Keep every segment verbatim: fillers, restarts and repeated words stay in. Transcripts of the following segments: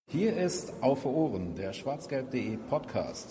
Hier ist Auf Ohren, der schwarzgelb.de Podcast.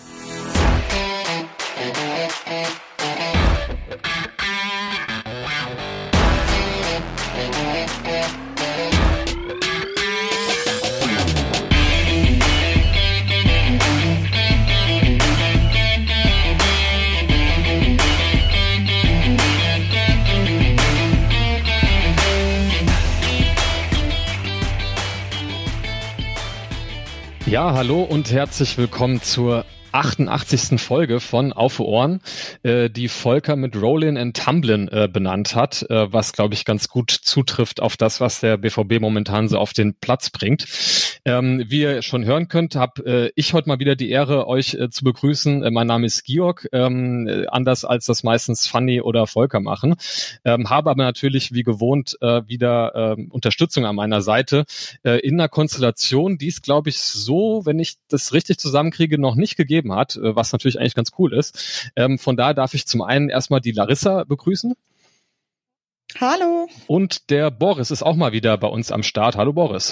Ja, hallo und herzlich willkommen zur achtundachtzigsten Folge von Auf Ohren, äh, die Volker mit Rollin and Tumblin äh, benannt hat, äh, was, glaube ich, ganz gut zutrifft auf das, was der B V B momentan so auf den Platz bringt. Ähm, wie ihr schon hören könnt, habe äh, ich heute mal wieder die Ehre, euch äh, zu begrüßen. Äh, mein Name ist Georg, ähm, äh, anders als das meistens Fanny oder Volker machen, ähm, habe aber natürlich wie gewohnt äh, wieder äh, Unterstützung an meiner Seite äh, in einer Konstellation, die es, glaube ich, so, wenn ich das richtig zusammenkriege, noch nicht gegeben hat, was natürlich eigentlich ganz cool ist. Ähm, von da darf ich zum einen erstmal die Larissa begrüßen. Hallo. Und der Boris ist auch mal wieder bei uns am Start. Hallo Boris.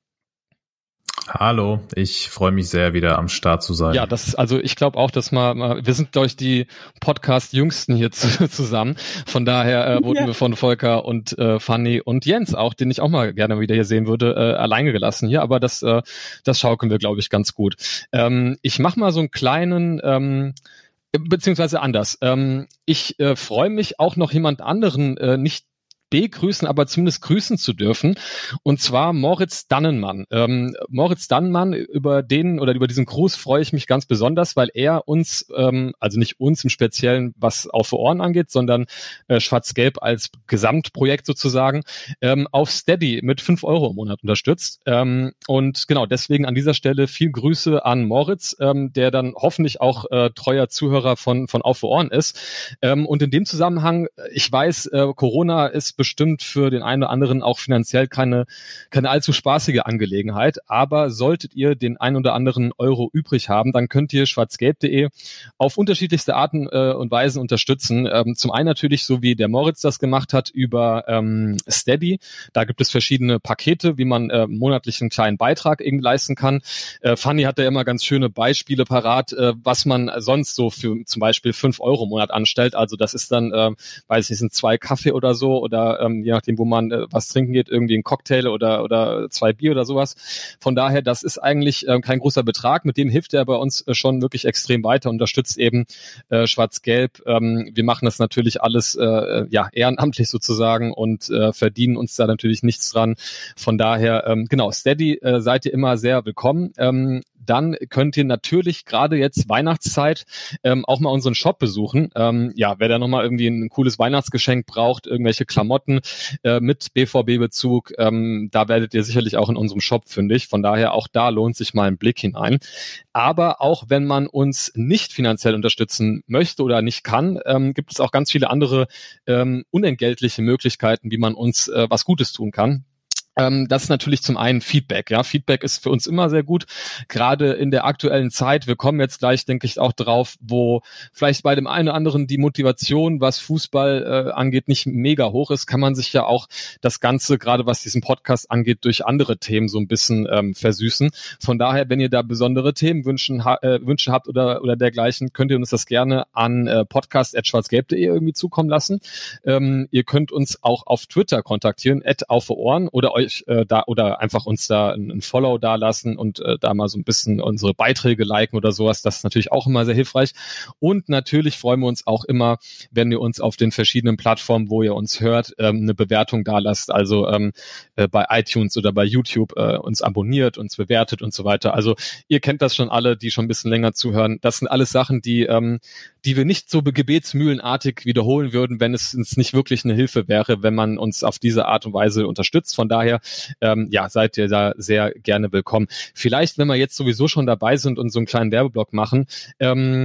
Hallo, ich freue mich sehr, wieder am Start zu sein. Ja, das, also ich glaube auch, dass mal, mal wir sind, glaube ich, die Podcast-Jüngsten hier zu, zusammen. Von daher äh, wurden ja. wir von Volker und äh, Fanny und Jens auch, den ich auch mal gerne wieder hier sehen würde, äh, alleine gelassen hier. Aber das, äh, das schaukeln wir, glaube ich, ganz gut. Ähm, ich mache mal so einen kleinen... Ähm, beziehungsweise anders. Ähm, ich äh, freue mich auch noch jemand anderen äh, nicht begrüßen, aber zumindest grüßen zu dürfen. Und zwar Moritz Dannenmann. Ähm, Moritz Dannenmann, über den oder über diesen Gruß freue ich mich ganz besonders, weil er uns, ähm, also nicht uns im Speziellen, was Auf Ohren angeht, sondern äh, Schwarz-Gelb als Gesamtprojekt sozusagen, ähm, auf Steady mit fünf Euro im Monat unterstützt. Ähm, und genau, deswegen an dieser Stelle viel Grüße an Moritz, ähm, der dann hoffentlich auch äh, treuer Zuhörer von, von Auf Ohren ist. Ähm, und in dem Zusammenhang, ich weiß, äh, Corona ist bestimmt für den einen oder anderen auch finanziell keine keine allzu spaßige Angelegenheit, aber solltet ihr den einen oder anderen Euro übrig haben, dann könnt ihr schwarzgelb punkt de auf unterschiedlichste Arten äh, und Weisen unterstützen. Ähm, zum einen natürlich, so wie der Moritz das gemacht hat, über ähm, Steady. Da gibt es verschiedene Pakete, wie man äh, monatlich einen kleinen Beitrag irgendwie leisten kann. Äh, Fanny hat da immer ganz schöne Beispiele parat, äh, was man sonst so für zum Beispiel fünf Euro im Monat anstellt. Also das ist dann, äh, weiß ich nicht, sind zwei Kaffee oder so oder ähm, je nachdem, wo man äh, was trinken geht, irgendwie ein Cocktail oder oder zwei Bier oder sowas. Von daher, das ist eigentlich äh, kein großer Betrag. Mit dem hilft er bei uns äh, schon wirklich extrem weiter, unterstützt eben äh, Schwarz-Gelb. Ähm, wir machen das natürlich alles äh, ja ehrenamtlich sozusagen und äh, verdienen uns da natürlich nichts dran. Von daher, ähm, genau, Steady äh, seid ihr immer sehr willkommen. Ähm, dann könnt ihr natürlich gerade jetzt Weihnachtszeit ähm, auch mal unseren Shop besuchen. Ähm, ja, wer da nochmal irgendwie ein cooles Weihnachtsgeschenk braucht, irgendwelche Klamotten äh, mit B V B-Bezug, ähm, da werdet ihr sicherlich auch in unserem Shop fündig. Von daher auch da lohnt sich mal ein Blick hinein. Aber auch wenn man uns nicht finanziell unterstützen möchte oder nicht kann, ähm, gibt es auch ganz viele andere ähm, unentgeltliche Möglichkeiten, wie man uns äh, was Gutes tun kann. Ähm, das ist natürlich zum einen Feedback. Ja, Feedback ist für uns immer sehr gut, gerade in der aktuellen Zeit. Wir kommen jetzt gleich, denke ich, auch drauf, wo vielleicht bei dem einen oder anderen die Motivation, was Fußball äh, angeht, nicht mega hoch ist, kann man sich ja auch das Ganze, gerade was diesen Podcast angeht, durch andere Themen so ein bisschen ähm, versüßen. Von daher, wenn ihr da besondere Themenwünsche ha- äh, Wünsche habt oder oder dergleichen, könnt ihr uns das gerne an äh, podcast at schwarzgelb punkt de irgendwie zukommen lassen. Ähm, ihr könnt uns auch auf Twitter kontaktieren, at auf Ohren, oder euch äh, da oder einfach uns da ein, ein Follow da lassen und äh, da mal so ein bisschen unsere Beiträge liken oder sowas. Das ist natürlich auch immer sehr hilfreich. Und natürlich freuen wir uns auch immer, wenn ihr uns auf den verschiedenen Plattformen, wo ihr uns hört, ähm, eine Bewertung da lasst. Also ähm, äh, bei iTunes oder bei YouTube äh, uns abonniert, uns bewertet und so weiter. Also ihr kennt das schon alle, die schon ein bisschen länger zuhören. Das sind alles Sachen, die ähm, die wir nicht so gebetsmühlenartig wiederholen würden, wenn es uns nicht wirklich eine Hilfe wäre, wenn man uns auf diese Art und Weise unterstützt. Von daher, ähm, ja, seid ihr da sehr gerne willkommen. Vielleicht, wenn wir jetzt sowieso schon dabei sind und so einen kleinen Werbeblock machen, ähm,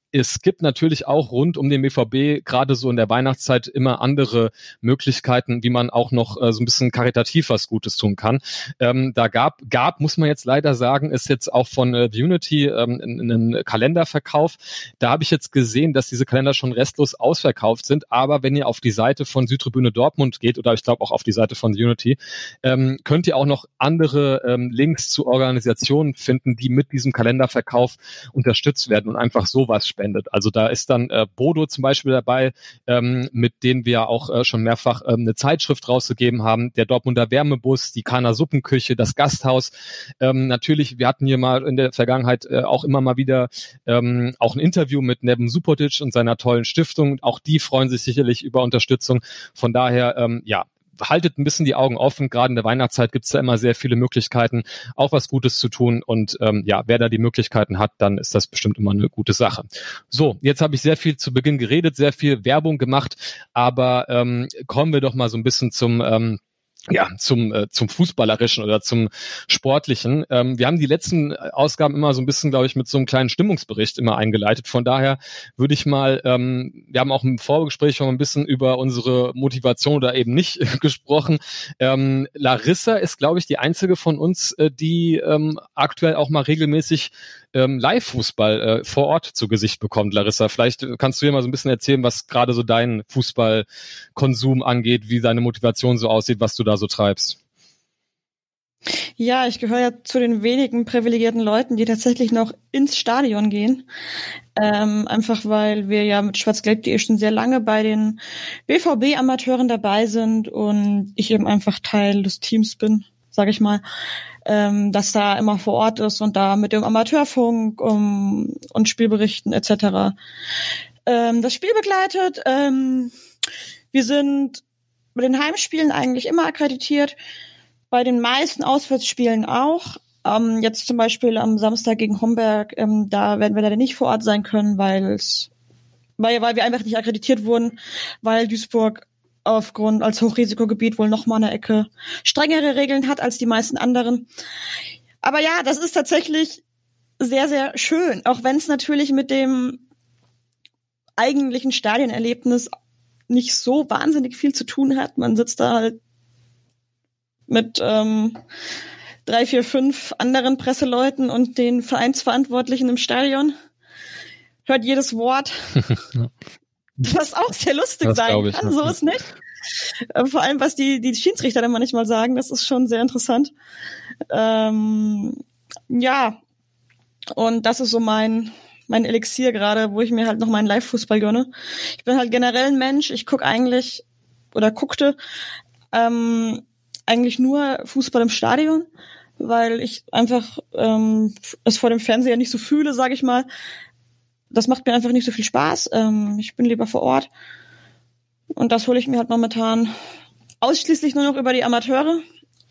es gibt natürlich auch rund um den B V B gerade so in der Weihnachtszeit immer andere Möglichkeiten, wie man auch noch äh, so ein bisschen karitativ was Gutes tun kann. Ähm, da gab, gab, muss man jetzt leider sagen, ist jetzt auch von äh, The Unity ähm, ein Kalenderverkauf. Da habe ich jetzt gesehen, dass diese Kalender schon restlos ausverkauft sind. Aber wenn ihr auf die Seite von Südtribüne Dortmund geht oder ich glaube auch auf die Seite von The Unity, ähm, könnt ihr auch noch andere ähm, Links zu Organisationen finden, die mit diesem Kalenderverkauf unterstützt werden und einfach sowas spendet. Also da ist dann äh, Bodo zum Beispiel dabei, ähm, mit denen wir auch äh, schon mehrfach ähm, eine Zeitschrift rausgegeben haben, der Dortmunder Wärmebus, die Kana Suppenküche, das Gasthaus. Ähm, natürlich, wir hatten hier mal in der Vergangenheit äh, auch immer mal wieder ähm, auch ein Interview mit Neven Subotic und seiner tollen Stiftung. Auch die freuen sich sicherlich über Unterstützung. Von daher, ähm, ja, haltet ein bisschen die Augen offen. Gerade in der Weihnachtszeit gibt es da immer sehr viele Möglichkeiten, auch was Gutes zu tun. Und ähm, ja, wer da die Möglichkeiten hat, dann ist das bestimmt immer eine gute Sache. So, jetzt habe ich sehr viel zu Beginn geredet, sehr viel Werbung gemacht, aber ähm, kommen wir doch mal so ein bisschen zum ähm, ja, zum äh, zum Fußballerischen oder zum Sportlichen. Ähm, wir haben die letzten Ausgaben immer so ein bisschen, glaube ich, mit so einem kleinen Stimmungsbericht immer eingeleitet. Von daher würde ich mal, ähm, wir haben auch im Vorgespräch schon ein bisschen über unsere Motivation oder eben nicht gesprochen. Ähm, Larissa ist, glaube ich, die einzige von uns, äh, die ähm, aktuell auch mal regelmäßig ähm, Live-Fußball äh, vor Ort zu Gesicht bekommt. Larissa, vielleicht kannst du dir mal so ein bisschen erzählen, was gerade so dein Fußballkonsum angeht, wie deine Motivation so aussieht, was du da so treibst. Ja, ich gehöre ja zu den wenigen privilegierten Leuten, die tatsächlich noch ins Stadion gehen. Ähm, einfach weil wir ja mit schwarz-gelb punkt de schon sehr lange bei den B V B-Amateuren dabei sind und ich eben einfach Teil des Teams bin, sage ich mal, ähm, dass da immer vor Ort ist und da mit dem Amateurfunk um, und Spielberichten et cetera ähm, das Spiel begleitet. Ähm, wir sind bei den Heimspielen eigentlich immer akkreditiert, bei den meisten Auswärtsspielen auch. Ähm, jetzt zum Beispiel am Samstag gegen Homberg, ähm, da werden wir leider nicht vor Ort sein können, weil es, weil, weil wir einfach nicht akkreditiert wurden, weil Duisburg aufgrund als Hochrisikogebiet wohl noch mal eine Ecke strengere Regeln hat als die meisten anderen. Aber ja, das ist tatsächlich sehr, sehr schön, auch wenn es natürlich mit dem eigentlichen Stadionerlebnis nicht so wahnsinnig viel zu tun hat. Man sitzt da halt mit ähm, drei, vier, fünf anderen Presseleuten und den Vereinsverantwortlichen im Stadion, hört jedes Wort, was auch sehr lustig das sein ich, kann, so ist nicht. Vor allem, was die die Schiedsrichter dann manchmal sagen, das ist schon sehr interessant. Ähm, ja, und das ist so mein mein Elixier gerade, wo ich mir halt noch meinen Live-Fußball gönne. Ich bin halt generell ein Mensch, ich gucke eigentlich, oder guckte, ähm, eigentlich nur Fußball im Stadion, weil ich einfach ähm, es vor dem Fernseher nicht so fühle, sage ich mal. Das macht mir einfach nicht so viel Spaß. Ähm, ich bin lieber vor Ort. Und das hole ich mir halt momentan ausschließlich nur noch über die Amateure.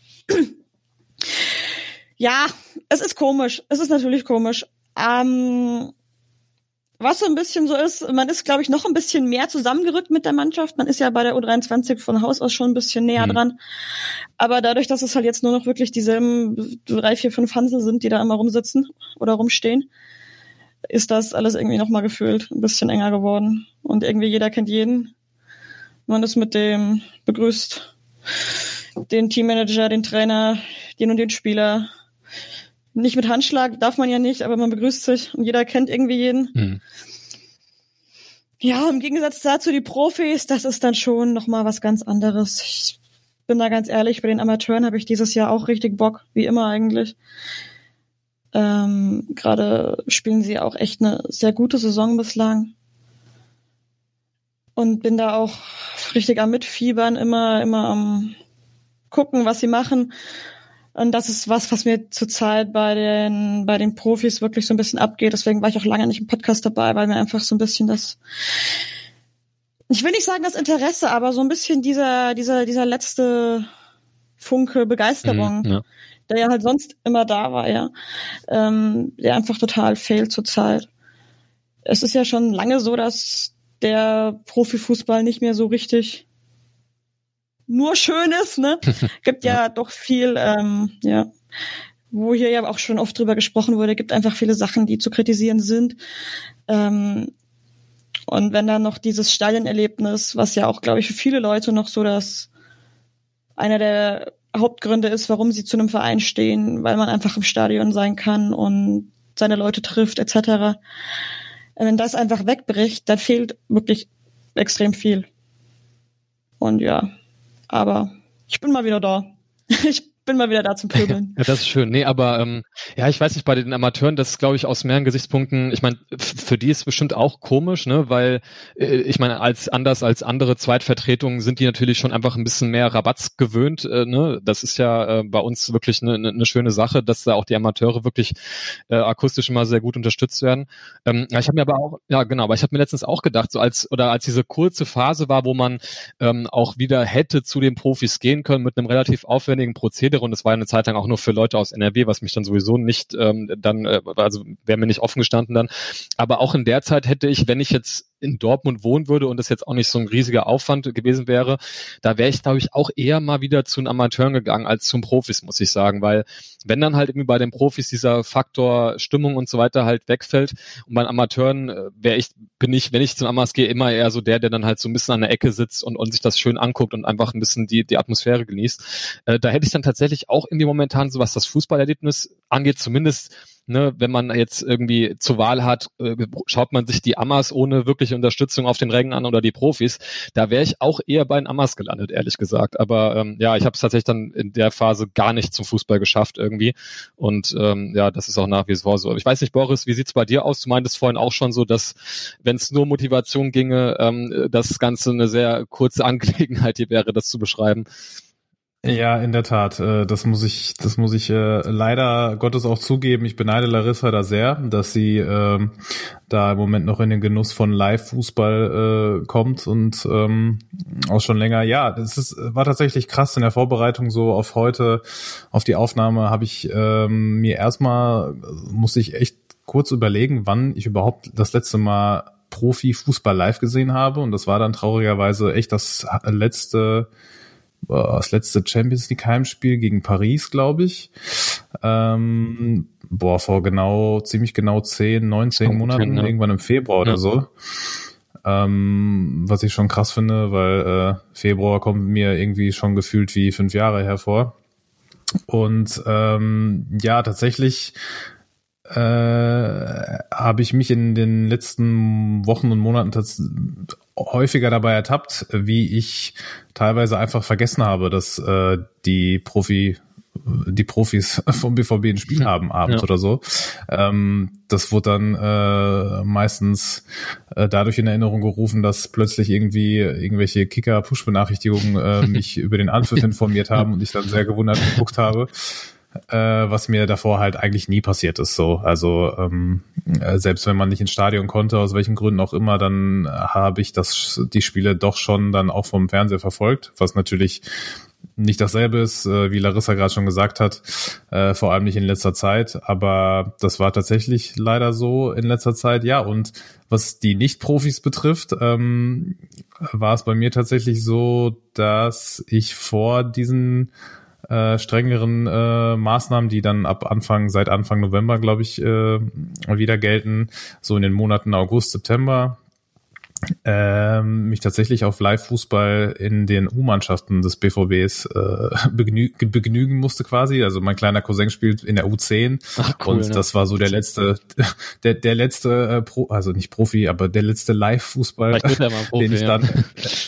Ja, es ist komisch. Es ist natürlich komisch. Ähm, was so ein bisschen so ist, man ist, glaube ich, noch ein bisschen mehr zusammengerückt mit der Mannschaft. Man ist ja bei der U dreiundzwanzig von Haus aus schon ein bisschen näher mhm. dran. Aber dadurch, dass es halt jetzt nur noch wirklich dieselben drei, vier, fünf Hansel sind, die da immer rumsitzen oder rumstehen, ist das alles irgendwie nochmal gefühlt ein bisschen enger geworden. Und irgendwie jeder kennt jeden. Man ist mit dem begrüßt, den Teammanager, den Trainer, den und den Spieler. Nicht mit Handschlag, darf man ja nicht, aber man begrüßt sich und jeder kennt irgendwie jeden. Mhm. Ja, im Gegensatz dazu die Profis, das ist dann schon nochmal was ganz anderes. Ich bin da ganz ehrlich, bei den Amateuren habe ich dieses Jahr auch richtig Bock, wie immer eigentlich. Ähm, gerade spielen sie auch echt eine sehr gute Saison bislang. Und bin da auch richtig am Mitfiebern, immer, immer am gucken, was sie machen. Und das ist was, was mir zurzeit bei den, bei den Profis wirklich so ein bisschen abgeht. Deswegen war ich auch lange nicht im Podcast dabei, weil mir einfach so ein bisschen das, ich will nicht sagen das Interesse, aber so ein bisschen dieser, dieser, dieser letzte Funke Begeisterung, mhm, ja. der ja halt sonst immer da war, ja, ähm, der einfach total fehlt zurzeit. Es ist ja schon lange so, dass der Profifußball nicht mehr so richtig nur schön ist, ne? Gibt ja, ja doch viel, ähm, ja, wo hier ja auch schon oft drüber gesprochen wurde, gibt einfach viele Sachen, die zu kritisieren sind. Ähm, und wenn dann noch dieses Stadionerlebnis, was ja auch, glaube ich, für viele Leute noch so das einer der Hauptgründe ist, warum sie zu einem Verein stehen, weil man einfach im Stadion sein kann und seine Leute trifft, et cetera. Wenn das einfach wegbricht, dann fehlt wirklich extrem viel. Und ja, aber ich bin mal wieder da. Ich bin mal wieder da zum Pöbeln. Ja, das ist schön. Nee, aber ähm, ja, ich weiß nicht, bei den Amateuren, das ist, glaube ich, aus mehreren Gesichtspunkten, ich meine, f- für die ist es bestimmt auch komisch, ne, weil äh, ich meine, als anders als andere Zweitvertretungen sind die natürlich schon einfach ein bisschen mehr Rabatz gewöhnt, äh, ne, das ist ja äh, bei uns wirklich eine ne, ne schöne Sache, dass da auch die Amateure wirklich äh, akustisch immer sehr gut unterstützt werden. Ähm, ja, ich habe mir aber auch, ja genau, aber ich habe mir letztens auch gedacht, so als, oder als diese kurze Phase war, wo man ähm, auch wieder hätte zu den Profis gehen können mit einem relativ aufwendigen Prozedere, und es war eine Zeit lang auch nur für Leute aus N R W, was mich dann sowieso nicht ähm, dann, äh, also wäre mir nicht offen gestanden dann. Aber auch in der Zeit hätte ich, wenn ich jetzt in Dortmund wohnen würde und das jetzt auch nicht so ein riesiger Aufwand gewesen wäre, da wäre ich, glaube ich, auch eher mal wieder zu den Amateuren gegangen als zum Profis, muss ich sagen, weil wenn dann halt irgendwie bei den Profis dieser Faktor Stimmung und so weiter halt wegfällt und bei den Amateuren äh, wäre ich, bin ich, wenn ich zum Amas gehe, immer eher so der, der dann halt so ein bisschen an der Ecke sitzt und, und sich das schön anguckt und einfach ein bisschen die, die Atmosphäre genießt. Äh, da hätte ich dann tatsächlich auch irgendwie momentan, so was das Fußballerlebnis angeht, zumindest, ne, wenn man jetzt irgendwie zur Wahl hat, äh, schaut man sich die Amas ohne wirkliche Unterstützung auf den Rängen an oder die Profis, da wäre ich auch eher bei den Amas gelandet, ehrlich gesagt. Aber ähm, ja, ich habe es tatsächlich dann in der Phase gar nicht zum Fußball geschafft irgendwie. Und ähm, ja, das ist auch nach wie vor so. Ich weiß nicht, Boris, wie sieht's bei dir aus? Du meintest vorhin auch schon so, dass, wenn es nur Motivation ginge, ähm, das Ganze eine sehr kurze Angelegenheit hier wäre, das zu beschreiben. Ja, in der Tat. Das muss ich, das muss ich leider Gottes auch zugeben. Ich beneide Larissa da sehr, dass sie äh, da im Moment noch in den Genuss von Live-Fußball äh, kommt und ähm, auch schon länger. Ja, das ist, war tatsächlich krass in der Vorbereitung so auf heute, auf die Aufnahme habe ich ähm, mir erstmal, musste ich echt kurz überlegen, wann ich überhaupt das letzte Mal Profi-Fußball live gesehen habe, und das war dann traurigerweise echt das letzte das letzte Champions League Heimspiel gegen Paris, glaube ich. Ähm, boah, vor genau, ziemlich genau zehn, neunzehn Monaten, ja. Irgendwann im Februar ja. oder so. Ähm, was ich schon krass finde, weil äh, Februar kommt mir irgendwie schon gefühlt wie fünf Jahre hervor. Und ähm, ja, tatsächlich äh, habe ich mich in den letzten Wochen und Monaten tats- häufiger dabei ertappt, wie ich teilweise einfach vergessen habe, dass äh, die Profi die Profis vom B V B ein Spiel haben abends ja. oder so. Ähm, das wurde dann äh, meistens äh, dadurch in Erinnerung gerufen, dass plötzlich irgendwie irgendwelche Kicker-Push-Benachrichtigungen äh, mich über den Anpfiff informiert haben und ich dann sehr gewundert geguckt habe. Äh, was mir davor halt eigentlich nie passiert ist, so. Also ähm, äh, selbst wenn man nicht ins Stadion konnte, aus welchen Gründen auch immer, dann äh, habe ich das die Spiele doch schon dann auch vom Fernseher verfolgt, was natürlich nicht dasselbe ist, äh, wie Larissa gerade schon gesagt hat, äh, vor allem nicht in letzter Zeit, aber das war tatsächlich leider so in letzter Zeit, ja. Und was die Nicht-Profis betrifft, ähm, war es bei mir tatsächlich so, dass ich vor diesen Äh, strengeren äh, Maßnahmen, die dann ab Anfang, seit Anfang November, glaube ich, äh, wieder gelten, so in den Monaten August, September, äh, mich tatsächlich auf Live-Fußball in den U-Mannschaften des B V Bs äh, begnü- begnügen musste quasi. Also mein kleiner Cousin spielt in der U zehn. Ach, cool, und ne? das war so der letzte, der der letzte äh, Pro, also nicht Profi, aber der letzte Live-Fußball, Profi, den ich ja. dann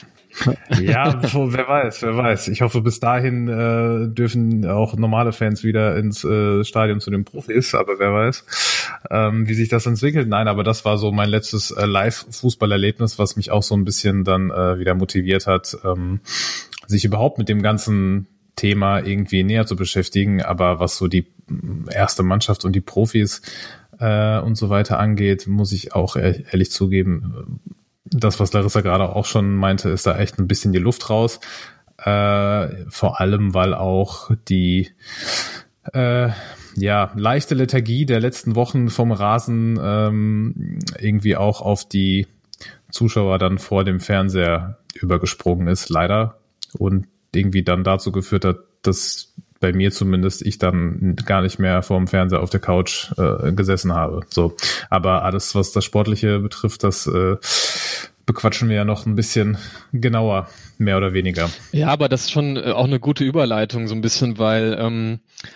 ja, so, wer weiß, wer weiß. Ich hoffe, bis dahin äh, dürfen auch normale Fans wieder ins äh, Stadion zu den Profis, aber wer weiß, ähm, wie sich das entwickelt. Nein, aber das war so mein letztes äh, Live-Fußballerlebnis, was mich auch so ein bisschen dann äh, wieder motiviert hat, ähm, sich überhaupt mit dem ganzen Thema irgendwie näher zu beschäftigen. Aber was so die erste Mannschaft und die Profis äh, und so weiter angeht, muss ich auch ehrlich, ehrlich zugeben, das, was Larissa gerade auch schon meinte, ist da echt ein bisschen die Luft raus. Äh, vor allem, weil auch die äh, ja leichte Lethargie der letzten Wochen vom Rasen ähm, irgendwie auch auf die Zuschauer dann vor dem Fernseher übergesprungen ist, leider. Und irgendwie dann dazu geführt hat, dass bei mir zumindest, ich dann gar nicht mehr vorm Fernseher auf der Couch äh, gesessen habe. So, aber alles, was das Sportliche betrifft, das äh, bequatschen wir ja noch ein bisschen genauer, mehr oder weniger. Ja, aber das ist schon auch eine gute Überleitung, so ein bisschen, weil ähm,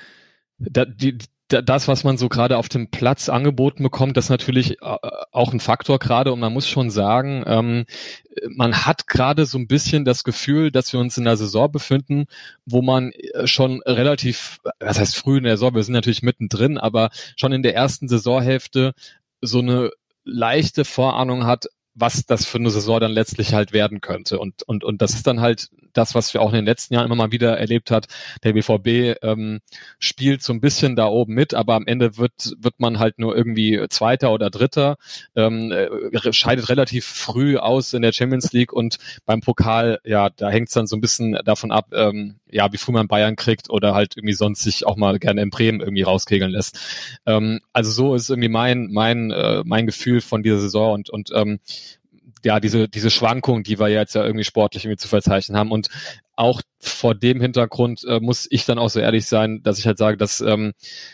da, die, da, das, was man so gerade auf dem Platz angeboten bekommt, das ist natürlich auch ein Faktor gerade, und man muss schon sagen, ähm, man hat gerade so ein bisschen das Gefühl, dass wir uns in einer Saison befinden, wo man schon relativ, was heißt früh in der Saison, wir sind natürlich mittendrin, aber schon in der ersten Saisonhälfte so eine leichte Vorahnung hat, was das für eine Saison dann letztlich halt werden könnte. Und und und das ist dann halt das, was wir auch in den letzten Jahren immer mal wieder erlebt hat. Der B V B ähm, spielt so ein bisschen da oben mit, aber am Ende wird wird man halt nur irgendwie Zweiter oder Dritter, ähm, scheidet relativ früh aus in der Champions League, und beim Pokal, ja, da hängt es dann so ein bisschen davon ab, ähm, ja, wie früh man Bayern kriegt oder halt irgendwie sonst sich auch mal gerne in Bremen irgendwie rauskegeln lässt. Ähm, also so ist irgendwie mein mein äh, mein Gefühl von dieser Saison, und und ähm, ja, diese diese Schwankung, die wir jetzt ja irgendwie sportlich irgendwie zu verzeichnen haben. Und auch vor dem Hintergrund äh, muss ich dann auch so ehrlich sein, dass ich halt sage, dass ähm,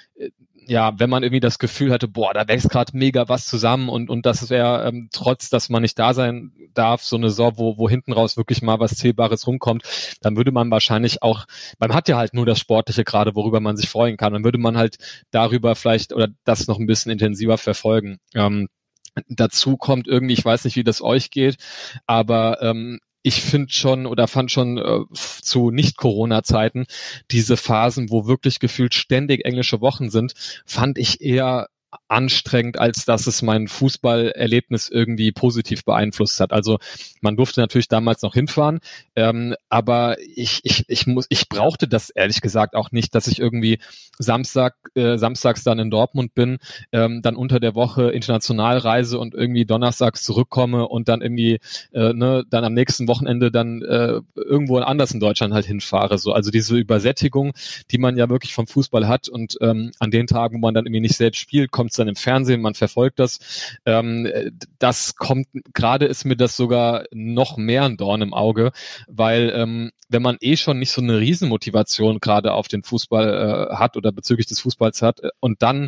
ja, wenn man irgendwie das Gefühl hatte, boah, da wächst gerade mega was zusammen, und und das wäre ähm, trotz, dass man nicht da sein darf, so eine Saison, wo wo hinten raus wirklich mal was Zählbares rumkommt, dann würde man wahrscheinlich auch, man hat ja halt nur das Sportliche gerade, worüber man sich freuen kann, dann würde man halt darüber vielleicht oder das noch ein bisschen intensiver verfolgen. Ähm, dazu kommt irgendwie, ich weiß nicht, wie das euch geht, aber ähm, ich finde schon oder fand schon äh, zu Nicht-Corona-Zeiten diese Phasen, wo wirklich gefühlt ständig englische Wochen sind, fand ich eher anstrengend, als dass es mein Fußballerlebnis irgendwie positiv beeinflusst hat. Also man durfte natürlich damals noch hinfahren, ähm, aber ich ich ich muss ich brauchte das ehrlich gesagt auch nicht, dass ich irgendwie Samstag äh, samstags dann in Dortmund bin, ähm, dann unter der Woche international reise und irgendwie donnerstags zurückkomme und dann irgendwie äh, ne dann am nächsten Wochenende dann äh, irgendwo anders in Deutschland halt hinfahre. So, also diese Übersättigung, die man ja wirklich vom Fußball hat, und ähm, an den Tagen, wo man dann irgendwie nicht selbst spielt, kommt es dann im Fernsehen, man verfolgt das. Ähm, das kommt, gerade ist mir das sogar noch mehr ein Dorn im Auge, weil ähm, wenn man eh schon nicht so eine Riesenmotivation gerade auf den Fußball äh, hat oder bezüglich des Fußballs hat, und dann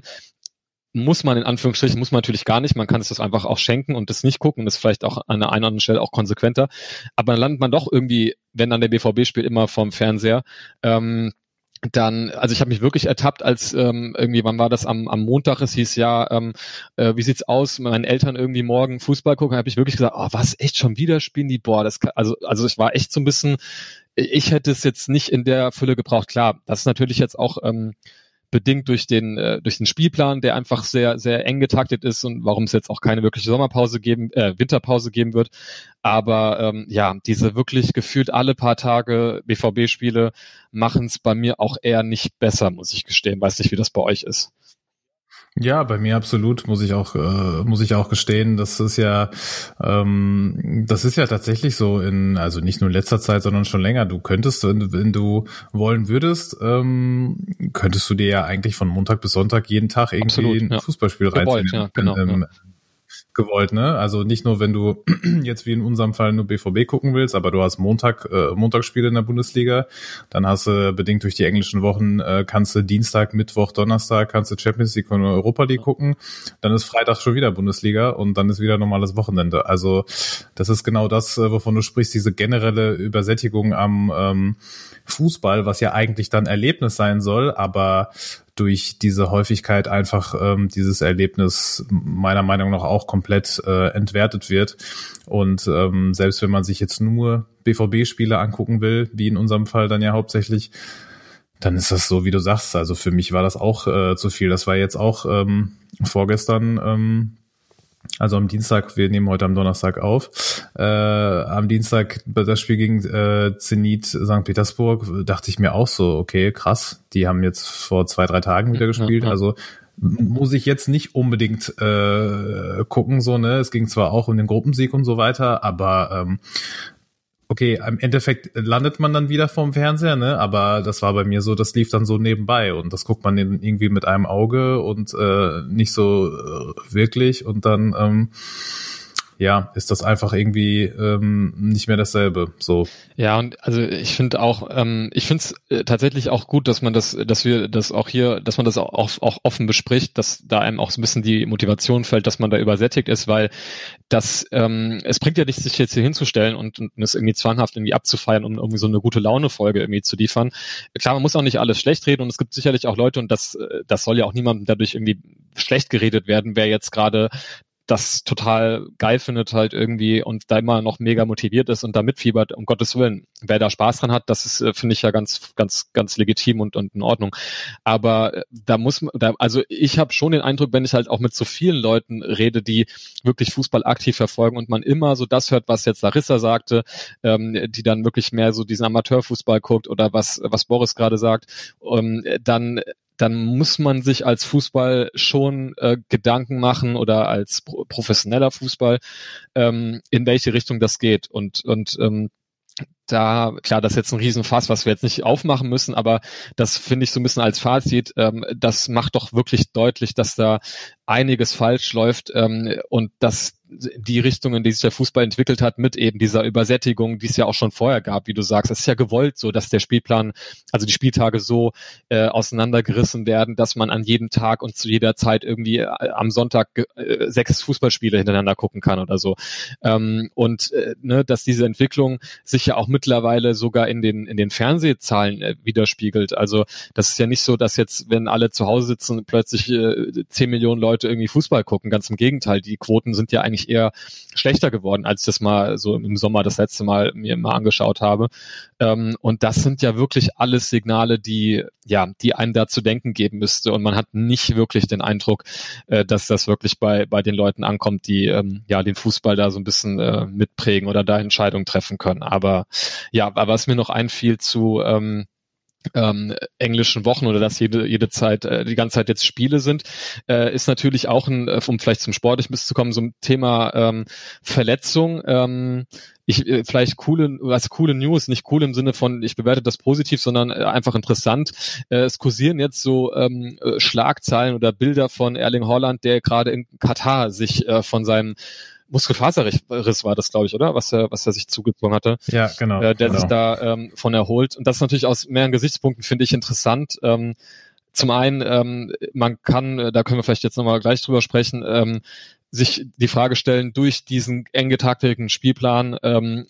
muss man in Anführungsstrichen, muss man natürlich gar nicht, man kann es das einfach auch schenken und das nicht gucken, das ist vielleicht auch an der einen oder anderen Stelle auch konsequenter, aber dann landet man doch irgendwie, wenn dann der B V B spielt, immer vorm Fernseher. Ähm, Dann, also ich habe mich wirklich ertappt, als ähm, irgendwie, wann war das, am am Montag, es hieß ja, ähm, äh, wie sieht's aus, meine Eltern irgendwie morgen Fußball gucken, habe ich wirklich gesagt, oh, was, echt schon wieder spielen die, boah, das kann, also also ich war echt so ein bisschen, ich hätte es jetzt nicht in der Fülle gebraucht, klar, das ist natürlich jetzt auch ähm, bedingt durch den äh, durch den Spielplan, der einfach sehr sehr eng getaktet ist, und warum es jetzt auch keine wirkliche Sommerpause geben, äh, Winterpause geben wird. Aber ähm, ja, diese wirklich gefühlt alle paar Tage B V B-Spiele machen es bei mir auch eher nicht besser, muss ich gestehen. Weiß nicht, wie das bei euch ist. Ja, bei mir absolut, muss ich auch äh, muss ich auch gestehen, das ist ja ähm, das ist ja tatsächlich so in, also nicht nur in letzter Zeit, sondern schon länger. Du könntest, wenn, wenn du wollen würdest, ähm, könntest du dir ja eigentlich von Montag bis Sonntag jeden Tag irgendwie absolut, ein ja. Fußballspiel reinziehen. Ja, genau. Ähm, ja. gewollt, ne? Also nicht nur, wenn du jetzt wie in unserem Fall nur B V B gucken willst, aber du hast Montag äh, Montagsspiele in der Bundesliga, dann hast du äh, bedingt durch die englischen Wochen äh, kannst du Dienstag, Mittwoch, Donnerstag kannst du Champions League und Europa League gucken, dann ist Freitag schon wieder Bundesliga und dann ist wieder normales Wochenende. Also das ist genau das, äh, wovon du sprichst, diese generelle Übersättigung am ähm, Fußball, was ja eigentlich dann Erlebnis sein soll, aber durch diese Häufigkeit einfach ähm, dieses Erlebnis meiner Meinung nach auch komplett äh, entwertet wird. Und ähm, selbst wenn man sich jetzt nur B V B-Spiele angucken will, wie in unserem Fall dann ja hauptsächlich, dann ist das so, wie du sagst. Also für mich war das auch äh, zu viel. Das war jetzt auch ähm, vorgestern, ähm, also am Dienstag, wir nehmen heute am Donnerstag auf, äh, am Dienstag das Spiel gegen äh, Zenit Sankt Petersburg, dachte ich mir auch so, okay, krass, die haben jetzt vor zwei, drei Tagen wieder gespielt, also muss ich jetzt nicht unbedingt äh, gucken, so, ne, es ging zwar auch um den Gruppensieg und so weiter, aber ähm, okay, im Endeffekt landet man dann wieder vorm Fernseher, ne? Aber das war bei mir so, das lief dann so nebenbei und das guckt man irgendwie mit einem Auge und äh, nicht so äh, wirklich und dann ähm, ja, ist das einfach irgendwie ähm, nicht mehr dasselbe. So. Ja, und also ich finde auch, ähm, ich finde es äh, tatsächlich auch gut, dass man das, dass wir das auch hier, dass man das auch, auch offen bespricht, dass da einem auch so ein bisschen die Motivation fällt, dass man da übersättigt ist, weil das, ähm, es bringt ja nichts, sich jetzt hier hinzustellen und, und es irgendwie zwanghaft irgendwie abzufeiern, um irgendwie so eine gute Laune-Folge irgendwie zu liefern. Klar, man muss auch nicht alles schlecht reden und es gibt sicherlich auch Leute, und das, das soll ja auch niemandem dadurch irgendwie schlecht geredet werden, wer jetzt gerade das total geil findet halt irgendwie und da immer noch mega motiviert ist und da mitfiebert, um Gottes Willen. Wer da Spaß dran hat, das ist, äh, finde ich ja ganz, ganz, ganz legitim und, und in Ordnung. Aber äh, da muss man, da, also ich habe schon den Eindruck, wenn ich halt auch mit so vielen Leuten rede, die wirklich Fußball aktiv verfolgen und man immer so das hört, was jetzt Larissa sagte, ähm, die dann wirklich mehr so diesen Amateurfußball guckt oder was, was Boris gerade sagt, ähm, dann dann muss man sich als Fußball schon äh, Gedanken machen oder als pro- professioneller Fußball, ähm, in welche Richtung das geht. Und, und ähm, da, klar, das ist jetzt ein Riesenfass, was wir jetzt nicht aufmachen müssen, aber das finde ich so ein bisschen als Fazit, ähm, das macht doch wirklich deutlich, dass da einiges falsch läuft ähm, und dass die Richtung, in die sich der Fußball entwickelt hat, mit eben dieser Übersättigung, die es ja auch schon vorher gab, wie du sagst, es ist ja gewollt so, dass der Spielplan, also die Spieltage so äh, auseinandergerissen werden, dass man an jedem Tag und zu jeder Zeit irgendwie äh, am Sonntag äh, sechs Fußballspiele hintereinander gucken kann oder so. Ähm, und äh, ne, dass diese Entwicklung sich ja auch mittlerweile sogar in den in den Fernsehzahlen äh, widerspiegelt. Also das ist ja nicht so, dass jetzt, wenn alle zu Hause sitzen, plötzlich äh, zehn Millionen Leute irgendwie Fußball gucken. Ganz im Gegenteil, die Quoten sind ja eigentlich eher schlechter geworden, als ich das mal so im Sommer das letzte Mal mir mal angeschaut habe. Ähm, und das sind ja wirklich alles Signale, die ja, die einen da zu denken geben müsste. Und man hat nicht wirklich den Eindruck, äh, dass das wirklich bei bei den Leuten ankommt, die ähm, ja den Fußball da so ein bisschen äh, mitprägen oder da Entscheidungen treffen können. Aber ja, aber was mir noch einfiel zu ähm, ähm, englischen Wochen oder dass jede jede Zeit äh, die ganze Zeit jetzt Spiele sind, äh, ist natürlich auch ein, um vielleicht zum Sport ein bisschen zu kommen, so ein Thema ähm, Verletzung. Ähm, ich äh, vielleicht coole, was coole News, nicht cool im Sinne von ich bewerte das positiv, sondern äh, einfach interessant. Äh, es kursieren jetzt so ähm, Schlagzeilen oder Bilder von Erling Haaland, der gerade in Katar sich äh, von seinem Muskelfaserriss war das, glaube ich, oder? Was er, was er sich zugezogen hatte. Ja, genau. Äh, der genau. sich da ähm, von erholt. Und das ist natürlich aus mehreren Gesichtspunkten, finde ich, interessant. Ähm, zum einen, ähm, man kann, äh, da können wir vielleicht jetzt nochmal gleich drüber sprechen, ähm, sich die Frage stellen, durch diesen eng getakteten Spielplan, ähm,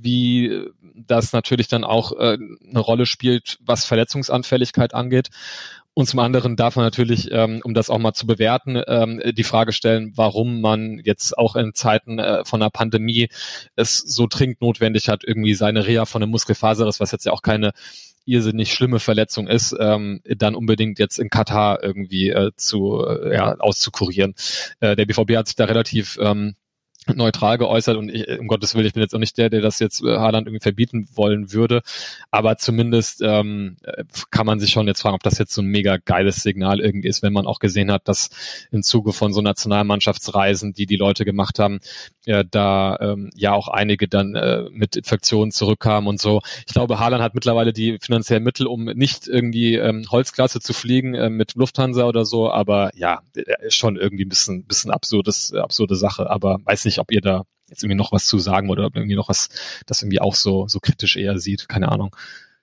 wie das natürlich dann auch äh, eine Rolle spielt, was Verletzungsanfälligkeit angeht. Und zum anderen darf man natürlich, ähm, um das auch mal zu bewerten, ähm, die Frage stellen, warum man jetzt auch in Zeiten äh, von einer Pandemie es so dringend notwendig hat, irgendwie seine Reha von einem Muskelfaserriss, was jetzt ja auch keine irrsinnig schlimme Verletzung ist, ähm, dann unbedingt jetzt in Katar irgendwie äh, zu äh, ja, auszukurieren. Äh, der B V B hat sich da relativ ähm, neutral geäußert und ich, um Gottes Willen, ich bin jetzt auch nicht der, der das jetzt äh, Haaland irgendwie verbieten wollen würde, aber zumindest ähm, kann man sich schon jetzt fragen, ob das jetzt so ein mega geiles Signal irgendwie ist, wenn man auch gesehen hat, dass im Zuge von so Nationalmannschaftsreisen, die die Leute gemacht haben, äh, da ähm, ja auch einige dann äh, mit Infektionen zurückkamen und so. Ich glaube, Haaland hat mittlerweile die finanziellen Mittel, um nicht irgendwie ähm, Holzklasse zu fliegen äh, mit Lufthansa oder so, aber ja, ist schon irgendwie ein bisschen, bisschen absurdes, absurde Sache, aber weiß nicht, ob ihr da jetzt irgendwie noch was zu sagen oder ob irgendwie noch was, das irgendwie auch so, so kritisch eher sieht, keine Ahnung.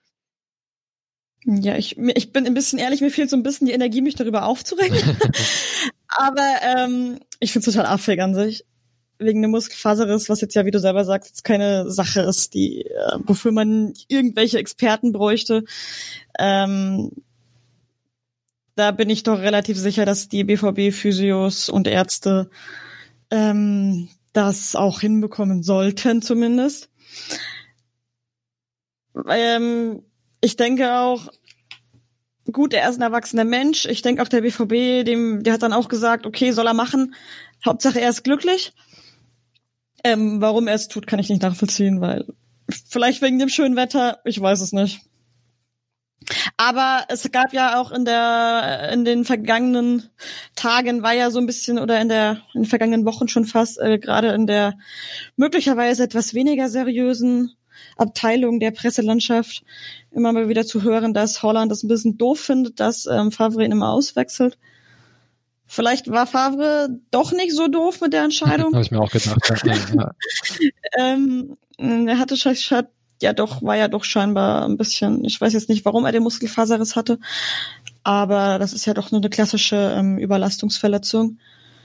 Ja, ich, ich bin ein bisschen ehrlich, mir fehlt so ein bisschen die Energie, mich darüber aufzuregen. Aber ähm, ich find's total affig an sich. Wegen dem Muskelfaserriss, was jetzt ja, wie du selber sagst, jetzt keine Sache ist, die, äh, wofür man irgendwelche Experten bräuchte. Ähm, da bin ich doch relativ sicher, dass die B V B-Physios und Ärzte ähm, das auch hinbekommen sollten zumindest. Ähm, ich denke auch, gut, er ist ein erwachsener Mensch. Ich denke auch der B V B, dem, der hat dann auch gesagt, okay, soll er machen. Hauptsache er ist glücklich. Ähm, warum er es tut, kann ich nicht nachvollziehen, weil vielleicht wegen dem schönen Wetter, ich weiß es nicht. Aber es gab ja auch in der in den vergangenen Tagen war ja so ein bisschen oder in der in den vergangenen Wochen schon fast äh, gerade in der möglicherweise etwas weniger seriösen Abteilung der Presselandschaft immer mal wieder zu hören, dass Haaland das ein bisschen doof findet, dass ähm, Favre ihn immer auswechselt. vielleicht war Favre doch nicht so doof mit der Entscheidung. Habe ich mir auch gedacht. Ja, ja. ähm, er hatte hat, ja doch, war ja doch scheinbar ein bisschen, ich weiß jetzt nicht, warum er den Muskelfaserriss hatte, aber das ist ja doch nur eine klassische ähm, Überlastungsverletzung.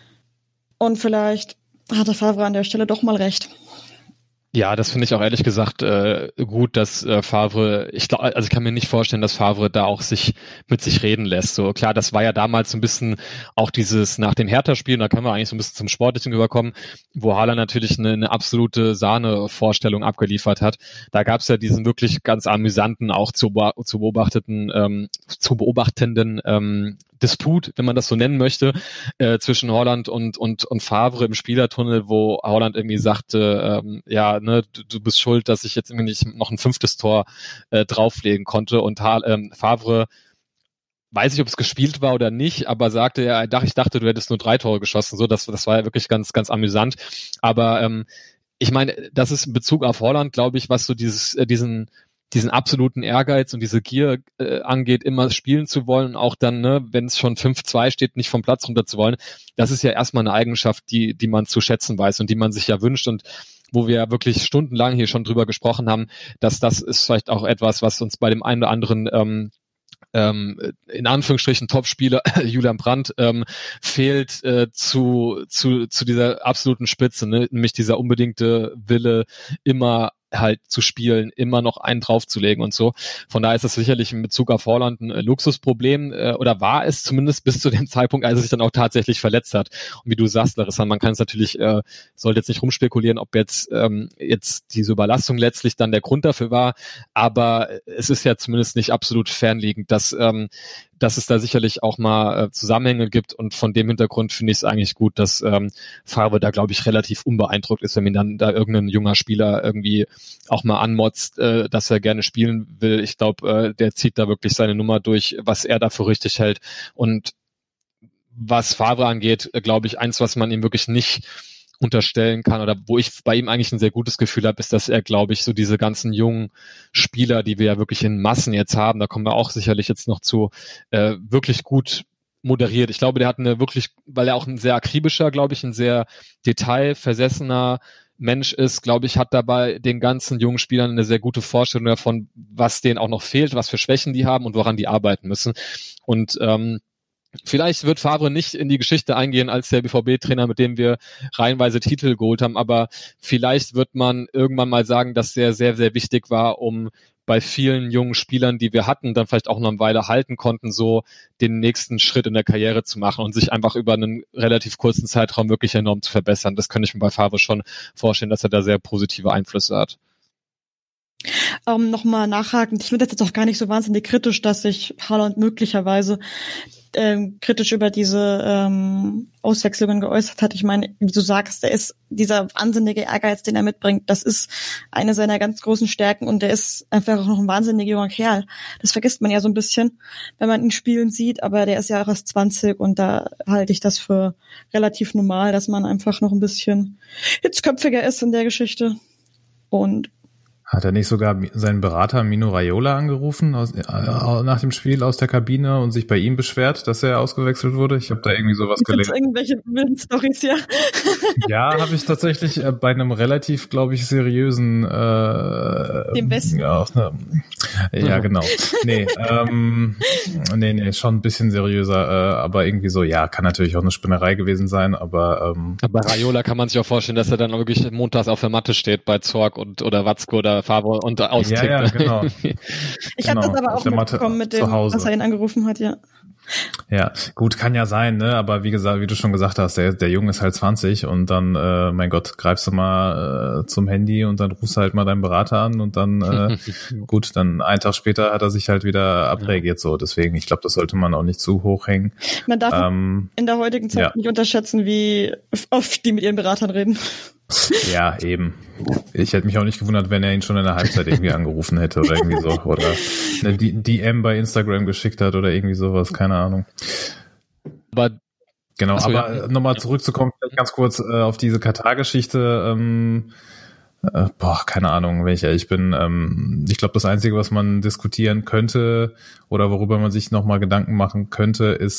Und vielleicht hatte Favre an der Stelle doch mal recht. Ja, das finde ich auch ehrlich gesagt äh, gut, dass äh, Favre, ich glaube, also ich kann mir nicht vorstellen, dass Favre da auch sich mit sich reden lässt. So klar, das war ja damals so ein bisschen auch dieses nach dem Hertha-Spiel, da können wir eigentlich so ein bisschen zum Sportlichen überkommen, wo Haaland natürlich eine, eine absolute Sahne-Vorstellung abgeliefert hat. Da gab es ja diesen wirklich ganz amüsanten, auch zu, zu beobachteten, ähm, zu beobachtenden ähm, Disput, wenn man das so nennen möchte, äh, zwischen Haaland und und und Favre im Spielertunnel, wo Haaland irgendwie sagte, ähm, ja, ne, du, du bist schuld, dass ich jetzt irgendwie nicht noch ein fünftes Tor äh, drauflegen konnte, und ha- ähm, Favre, weiß ich, ob es gespielt war oder nicht, aber sagte ja, ich dachte, du hättest nur drei Tore geschossen, so, das das war ja wirklich ganz ganz amüsant, aber ähm, ich meine, das ist in Bezug auf Haaland, glaube ich, was so dieses äh, diesen diesen absoluten Ehrgeiz und diese Gier äh, angeht, immer spielen zu wollen, auch dann, ne, wenn es schon fünf zwei steht, nicht vom Platz runter zu wollen, das ist ja erstmal eine Eigenschaft, die die man zu schätzen weiß und die man sich ja wünscht, und wo wir ja wirklich stundenlang hier schon drüber gesprochen haben, dass das ist vielleicht auch etwas, was uns bei dem einen oder anderen ähm, ähm, in Anführungsstrichen Topspieler Julian Brandt ähm, fehlt äh, zu zu zu dieser absoluten Spitze, ne? Nämlich dieser unbedingte Wille, immer halt zu spielen, immer noch einen draufzulegen und so. Von daher ist das sicherlich in Bezug auf Haaland ein äh, Luxusproblem, äh, oder war es zumindest bis zu dem Zeitpunkt, als er sich dann auch tatsächlich verletzt hat. Und wie du sagst, Larissa, man kann es natürlich, äh, sollte jetzt nicht rumspekulieren, ob jetzt ähm, jetzt diese Überlastung letztlich dann der Grund dafür war, aber es ist ja zumindest nicht absolut fernliegend, dass ähm, dass es da sicherlich auch mal äh, Zusammenhänge gibt, und von dem Hintergrund finde ich es eigentlich gut, dass ähm, Favre da, glaube ich, relativ unbeeindruckt ist, wenn ihn dann da irgendein junger Spieler irgendwie auch mal anmotzt, äh, dass er gerne spielen will. Ich glaube, äh, der zieht da wirklich seine Nummer durch, was er dafür richtig hält. Und was Favre angeht, äh, glaube ich, eins, was man ihm wirklich nicht unterstellen kann, oder wo ich bei ihm eigentlich ein sehr gutes Gefühl habe, ist, dass er, glaube ich, so diese ganzen jungen Spieler, die wir ja wirklich in Massen jetzt haben, da kommen wir auch sicherlich jetzt noch zu, äh, wirklich gut moderiert. Ich glaube, der hat eine wirklich, weil er auch ein sehr akribischer, glaube ich, ein sehr detailversessener Mensch ist, glaube ich, hat dabei den ganzen jungen Spielern eine sehr gute Vorstellung davon, was denen auch noch fehlt, was für Schwächen die haben und woran die arbeiten müssen. Und ähm, vielleicht wird Favre nicht in die Geschichte eingehen als der B V B-Trainer, mit dem wir reihenweise Titel geholt haben, aber vielleicht wird man irgendwann mal sagen, dass der sehr, sehr wichtig war, um bei vielen jungen Spielern, die wir hatten, dann vielleicht auch noch eine Weile halten konnten, so den nächsten Schritt in der Karriere zu machen und sich einfach über einen relativ kurzen Zeitraum wirklich enorm zu verbessern. Das könnte ich mir bei Favre schon vorstellen, dass er da sehr positive Einflüsse hat. Um, nochmal nachhakend, ich finde das jetzt auch gar nicht so wahnsinnig kritisch, dass sich Haaland möglicherweise ähm, kritisch über diese ähm, Auswechslungen geäußert hat. Ich meine, wie du sagst, der ist dieser wahnsinnige Ehrgeiz, den er mitbringt, das ist eine seiner ganz großen Stärken, und der ist einfach auch noch ein wahnsinnig junger Kerl. Das vergisst man ja so ein bisschen, wenn man ihn spielen sieht, aber der ist ja auch erst zwanzig, und da halte ich das für relativ normal, dass man einfach noch ein bisschen hitzköpfiger ist in der Geschichte. Und hat er nicht sogar seinen Berater Mino Raiola angerufen aus, äh, nach dem Spiel aus der Kabine und sich bei ihm beschwert, dass er ausgewechselt wurde? Ich habe da irgendwie sowas gelesen. Gibt's irgendwelche wilden Storys hier? Ja, habe ich tatsächlich äh, bei einem relativ, glaube ich, seriösen äh, dem Westen. Ja, aus einer, ja, genau. Nee, ähm, nee, nee, schon ein bisschen seriöser, äh, aber irgendwie so, ja, kann natürlich auch eine Spinnerei gewesen sein, aber ähm, bei Raiola kann man sich auch vorstellen, dass er dann wirklich montags auf der Matte steht bei Zorc und oder Watzke oder Favre und austickt. Ja, ja, genau. Ich habe genau, das aber auch mitbekommen mit dem, was er ihn angerufen hat, ja. Ja, gut, kann ja sein, ne? Aber wie gesagt, wie du schon gesagt hast, der, der Junge ist halt zwanzig und dann, äh, mein Gott, greifst du mal äh, zum Handy und dann rufst du halt mal deinen Berater an und dann, äh, gut, dann einen Tag später hat er sich halt wieder abreagiert, so. Deswegen, ich glaube, das sollte man auch nicht zu hoch hängen. Man darf ähm, in der heutigen Zeit ja. nicht unterschätzen, wie oft die mit ihren Beratern reden. Ja, eben. Ich hätte mich auch nicht gewundert, wenn er ihn schon in der Halbzeit irgendwie angerufen hätte oder irgendwie so. Oder eine D M bei Instagram geschickt hat oder irgendwie sowas, keine Ahnung. Aber genau, Achso, aber ja. nochmal zurückzukommen, vielleicht ganz kurz äh, auf diese Katar-Geschichte. Ähm, äh, boah, keine Ahnung, wenn ich ehrlich bin. Ähm, ich glaube, das Einzige, was man diskutieren könnte oder worüber man sich nochmal Gedanken machen könnte, ist, ob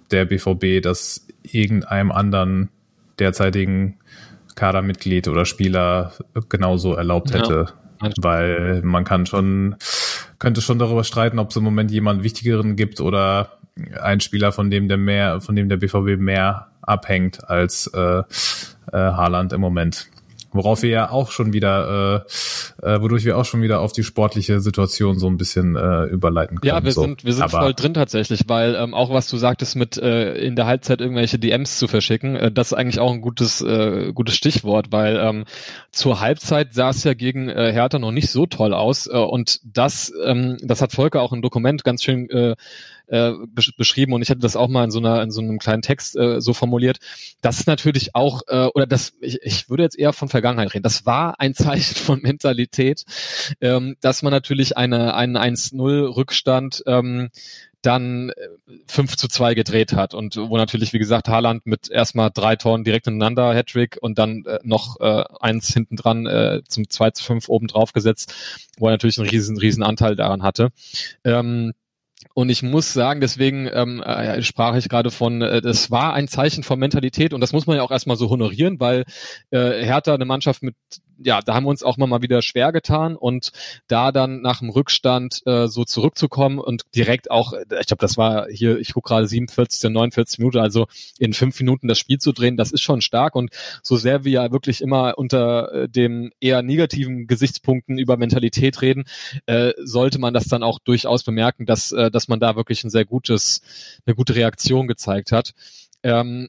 der B V B das irgendeinem anderen derzeitigen Kadermitglied oder Spieler genauso erlaubt hätte. Ja. Weil man kann schon, könnte schon darüber streiten, ob es im Moment jemand Wichtigeren gibt oder ein Spieler, von dem der mehr, von dem der B V B mehr abhängt als äh, äh, Haaland im Moment. Worauf wir ja auch schon wieder, äh, äh, wodurch wir auch schon wieder auf die sportliche Situation so ein bisschen äh, überleiten können. Ja, wir so. sind, wir sind Aber voll drin tatsächlich, weil ähm, auch was du sagtest mit äh, in der Halbzeit irgendwelche D Ms zu verschicken, äh, das ist eigentlich auch ein gutes, äh, gutes Stichwort, weil ähm, zur Halbzeit sah es ja gegen äh, Hertha noch nicht so toll aus äh, und das, ähm, das hat Volker auch im Dokument ganz schön äh, äh, beschrieben und ich hatte das auch mal in so einer in so einem kleinen Text äh, so formuliert. Das ist natürlich auch äh, oder das ich, ich würde jetzt eher von Vergangenheit reden. Das war ein Zeichen von Mentalität, ähm, dass man natürlich eine einen eins null Rückstand ähm, dann fünf zu zwei gedreht hat und wo natürlich, wie gesagt, Haaland mit erstmal drei Toren direkt ineinander, Hattrick und dann äh, noch äh, eins hinten dran äh, zum zwei zu fünf oben drauf gesetzt, wo er natürlich einen riesen, riesen Anteil daran hatte. Ähm, Und ich muss sagen, deswegen ähm, äh, sprach ich gerade von, äh, das war ein Zeichen von Mentalität und das muss man ja auch erstmal so honorieren, weil äh, Hertha eine Mannschaft mit, ja, da haben wir uns auch mal, mal wieder schwer getan und da dann nach dem Rückstand äh, so zurückzukommen und direkt auch, ich glaube, das war hier, ich gucke gerade siebenundvierzig, neunundvierzig Minuten, also in fünf Minuten das Spiel zu drehen, das ist schon stark und so sehr wir ja wirklich immer unter äh, dem eher negativen Gesichtspunkten über Mentalität reden, äh, sollte man das dann auch durchaus bemerken, dass äh, dass man da wirklich ein sehr gutes, eine gute Reaktion gezeigt hat. Ähm,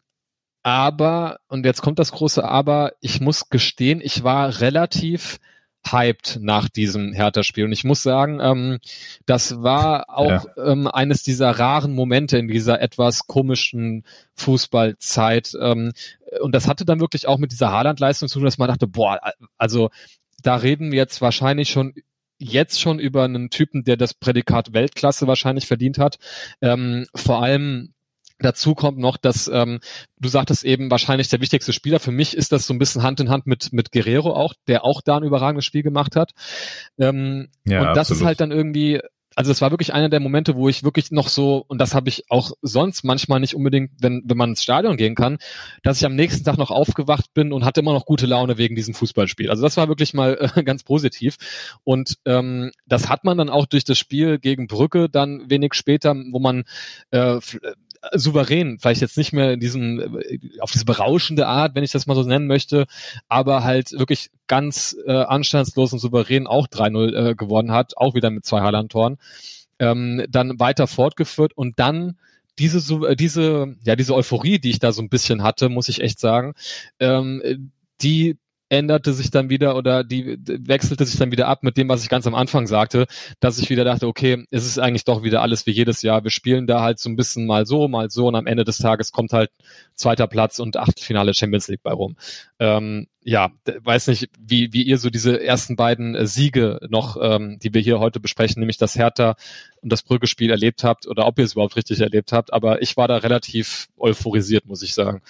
aber, und jetzt kommt das große Aber, ich muss gestehen, ich war relativ hyped nach diesem Hertha-Spiel. Und ich muss sagen, ähm, das war auch ja. ähm, eines dieser raren Momente in dieser etwas komischen Fußballzeit. Ähm, und das hatte dann wirklich auch mit dieser Haaland-Leistung zu tun, dass man dachte, boah, also da reden wir jetzt wahrscheinlich schon jetzt schon über einen Typen, der das Prädikat Weltklasse wahrscheinlich verdient hat. Ähm, vor allem dazu kommt noch, dass ähm, du sagtest eben wahrscheinlich der wichtigste Spieler. Für mich ist das so ein bisschen Hand in Hand mit mit Guerrero auch, der auch da ein überragendes Spiel gemacht hat. Ähm, ja, und das absolut. Ist halt dann irgendwie, also es war wirklich einer der Momente, wo ich wirklich noch so, und das habe ich auch sonst manchmal nicht unbedingt, wenn wenn man ins Stadion gehen kann, dass ich am nächsten Tag noch aufgewacht bin und hatte immer noch gute Laune wegen diesem Fußballspiel. Also das war wirklich mal äh, ganz positiv. Und ähm, das hat man dann auch durch das Spiel gegen Brügge dann wenig später, wo man äh, souverän, vielleicht jetzt nicht mehr in diesem, auf diese berauschende Art, wenn ich das mal so nennen möchte, aber halt wirklich ganz äh, anstandslos und souverän auch drei null äh, gewonnen hat, auch wieder mit zwei Haaland-Toren, ähm, dann weiter fortgeführt und dann diese, diese, ja, diese Euphorie, die ich da so ein bisschen hatte, muss ich echt sagen, ähm, die änderte sich dann wieder oder die wechselte sich dann wieder ab mit dem, was ich ganz am Anfang sagte, dass ich wieder dachte, okay, es ist eigentlich doch wieder alles wie jedes Jahr. Wir spielen da halt so ein bisschen mal so, mal so und am Ende des Tages kommt halt zweiter Platz und Achtelfinale Champions League bei rum. Ähm, ja, weiß nicht, wie wie ihr so diese ersten beiden äh, Siege noch, ähm, die wir hier heute besprechen, nämlich das Hertha und das Brügge-Spiel erlebt habt oder ob ihr es überhaupt richtig erlebt habt, aber ich war da relativ euphorisiert, muss ich sagen.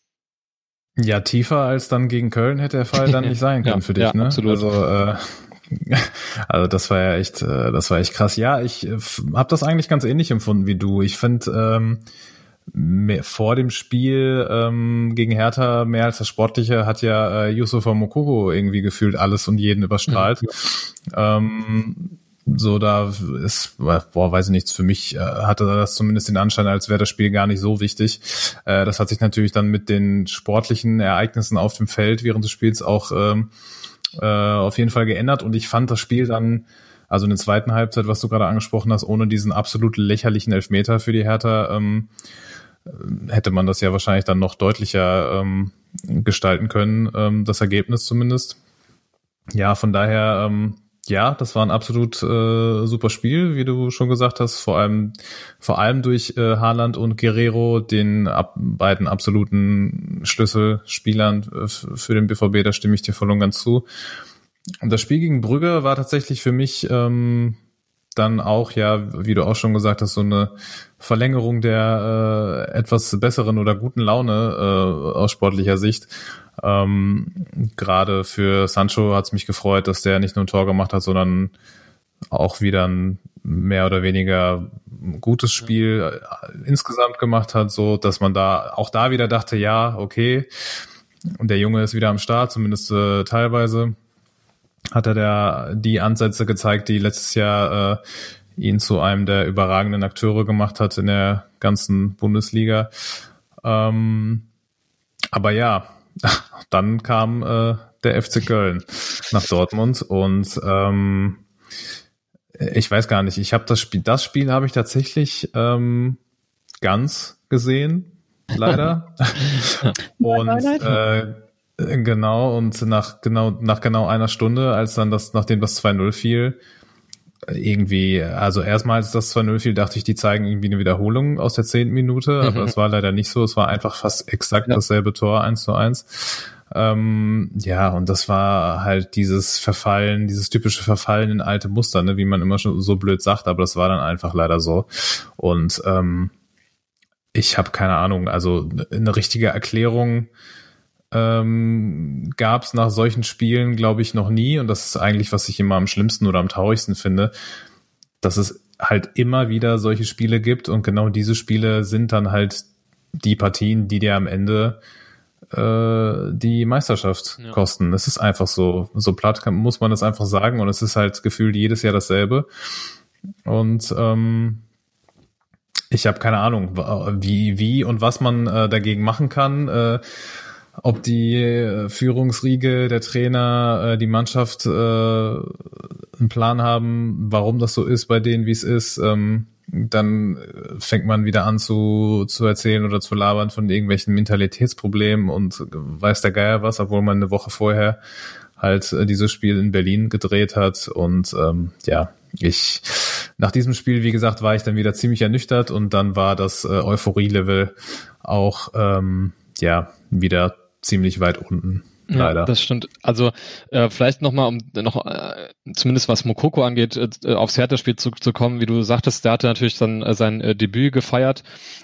Ja, tiefer als dann gegen Köln hätte der Fall dann nicht sein können ja, für dich, ja, ne? Absolut. Also, äh, also das war ja echt, äh, das war echt krass. Ja, ich äh, habe das eigentlich ganz ähnlich empfunden wie du. Ich finde ähm, mehr, vor dem Spiel ähm, gegen Hertha mehr als das Sportliche hat ja äh, Yusufa Moukoko irgendwie gefühlt alles und jeden überstrahlt. Ja. Ähm, So, da ist, boah, weiß ich nichts, für mich äh, hatte das zumindest den Anschein, als wäre das Spiel gar nicht so wichtig. Äh, das hat sich natürlich dann mit den sportlichen Ereignissen auf dem Feld während des Spiels auch ähm, äh, auf jeden Fall geändert und ich fand das Spiel dann, also in der zweiten Halbzeit, was du gerade angesprochen hast, ohne diesen absolut lächerlichen Elfmeter für die Hertha, ähm, hätte man das ja wahrscheinlich dann noch deutlicher ähm, gestalten können, ähm, das Ergebnis zumindest. Ja, von daher, ähm, ja, das war ein absolut äh, super Spiel, wie du schon gesagt hast, vor allem vor allem durch äh, Haaland und Guerrero, den ab, beiden absoluten Schlüsselspielern äh, für den B V B, da stimme ich dir voll und ganz zu. Und das Spiel gegen Brügge war tatsächlich für mich ähm, dann auch, ja, wie du auch schon gesagt hast, so eine Verlängerung der äh, etwas besseren oder guten Laune äh, aus sportlicher Sicht. Ähm, gerade für Sancho hat es mich gefreut, dass der nicht nur ein Tor gemacht hat, sondern auch wieder ein mehr oder weniger ein gutes Spiel äh, insgesamt gemacht hat, so dass man da auch da wieder dachte, ja, okay, und der Junge ist wieder am Start, zumindest äh, teilweise hat er der die Ansätze gezeigt, die letztes Jahr äh, ihn zu einem der überragenden Akteure gemacht hat in der ganzen Bundesliga. Ähm, aber ja, dann kam äh, der F C Köln nach Dortmund und ähm, ich weiß gar nicht, ich habe das Spiel, das Spiel habe ich tatsächlich ähm, ganz gesehen, leider. Und äh, genau, und nach genau nach genau einer Stunde, als dann das, nachdem das zwei null fiel, irgendwie, also erstmal als das zwei null fiel, dachte ich, die zeigen irgendwie eine Wiederholung aus der zehnten Minute, aber mhm. es war leider nicht so, es war einfach fast exakt ja. dasselbe Tor, eins zu eins. Ähm, ja, und das war halt dieses Verfallen, dieses typische Verfallen in alte Muster, ne, wie man immer schon so blöd sagt, aber das war dann einfach leider so. Und ähm, ich habe keine Ahnung, also eine richtige Erklärung ähm, gab es nach solchen Spielen, glaube ich, noch nie. Und das ist eigentlich, was ich immer am schlimmsten oder am traurigsten finde, dass es halt immer wieder solche Spiele gibt. Und genau diese Spiele sind dann halt die Partien, die dir am Ende äh, die Meisterschaft ja. kosten. Es ist einfach so, so platt kann, muss man das einfach sagen. Und es ist halt gefühlt jedes Jahr dasselbe. Und ähm, ich habe keine Ahnung, wie, wie und was man äh, dagegen machen kann. Äh, ob die äh, Führungsriege, der Trainer, äh, die Mannschaft äh, einen Plan haben, warum das so ist bei denen, wie es ist. Ähm, dann fängt man wieder an zu, zu erzählen oder zu labern von irgendwelchen Mentalitätsproblemen und weiß der Geier was, obwohl man eine Woche vorher halt äh, dieses Spiel in Berlin gedreht hat. Und ähm, ja, ich nach diesem Spiel, wie gesagt, war ich dann wieder ziemlich ernüchtert und dann war das äh, Euphorie-Level auch ähm, ja wieder ziemlich weit unten. Leider. Ja, das stimmt. Also äh, vielleicht nochmal, um noch äh, zumindest was Moukoko angeht, äh, aufs Hertha-Spiel zurückzukommen, wie du sagtest, der hatte natürlich dann äh, sein äh, Debüt gefeiert.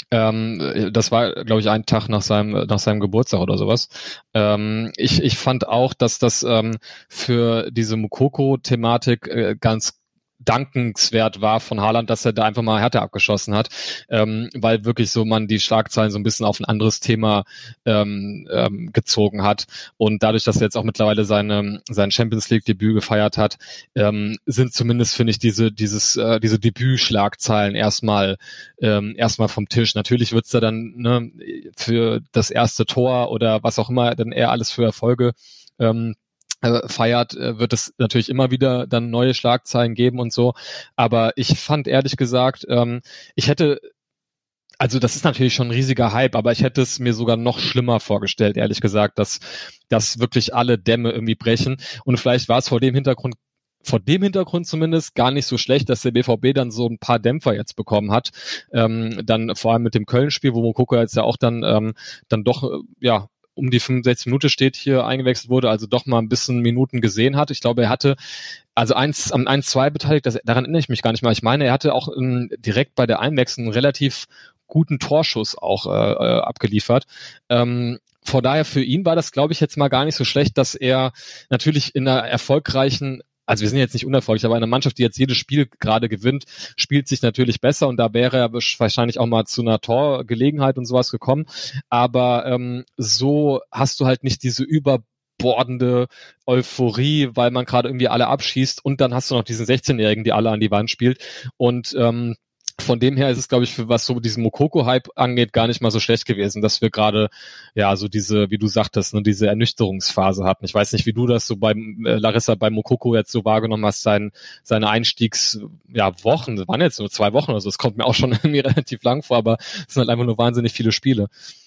Ähm, das war, glaube ich, ein Tag nach seinem nach seinem Geburtstag oder sowas. Ähm, ich ich fand auch, dass das ähm, für diese Moukoko-Thematik äh, ganz dankenswert war von Haaland, dass er da einfach mal Hertha abgeschossen hat, ähm, weil wirklich so man die Schlagzeilen so ein bisschen auf ein anderes Thema ähm, ähm, gezogen hat und dadurch, dass er jetzt auch mittlerweile seine sein Champions League Debüt gefeiert hat, ähm, sind zumindest, finde ich, diese dieses äh, diese Debütschlagzeilen erstmal ähm, erstmal vom Tisch. Natürlich wird's da dann ne, für das erste Tor oder was auch immer dann eher alles für Erfolge ähm, feiert, wird es natürlich immer wieder dann neue Schlagzeilen geben und so. Aber ich fand ehrlich gesagt, ähm, ich hätte, also das ist natürlich schon ein riesiger Hype, aber ich hätte es mir sogar noch schlimmer vorgestellt, ehrlich gesagt, dass, dass wirklich alle Dämme irgendwie brechen. Und vielleicht war es vor dem Hintergrund vor dem Hintergrund zumindest gar nicht so schlecht, dass der B V B dann so ein paar Dämpfer jetzt bekommen hat. Ähm, dann vor allem mit dem Köln-Spiel, wo Moukoko jetzt ja auch dann, ähm, dann doch, ja, um die fünfundsechzig Minuten steht hier eingewechselt wurde, also doch mal ein bisschen Minuten gesehen hat. Ich glaube, er hatte also eins am eins zwei beteiligt, das, daran erinnere ich mich gar nicht mal. Ich meine, er hatte auch ähm, direkt bei der Einwechslung einen relativ guten Torschuss auch äh, abgeliefert. Ähm, von daher für ihn war das, glaube ich, jetzt mal gar nicht so schlecht, dass er natürlich in einer erfolgreichen Also wir sind jetzt nicht unerfolgreich, aber eine Mannschaft, die jetzt jedes Spiel gerade gewinnt, spielt sich natürlich besser und da wäre er wahrscheinlich auch mal zu einer Torgelegenheit und sowas gekommen. Aber ähm, so hast du halt nicht diese überbordende Euphorie, weil man gerade irgendwie alle abschießt und dann hast du noch diesen sechzehnjährigen, die alle an die Wand spielt und ähm, von dem her ist es, glaube ich, für was so diesen Moukoko-Hype angeht, gar nicht mal so schlecht gewesen, dass wir gerade, ja, so diese, wie du sagtest, ne, diese Ernüchterungsphase hatten. Ich weiß nicht, wie du das so beim äh, Larissa, bei Moukoko jetzt so wahrgenommen hast, sein, seine Einstiegs, ja, Wochen, das waren jetzt nur zwei Wochen oder so, das kommt mir auch schon irgendwie relativ lang vor, aber es sind halt einfach nur wahnsinnig viele Spiele.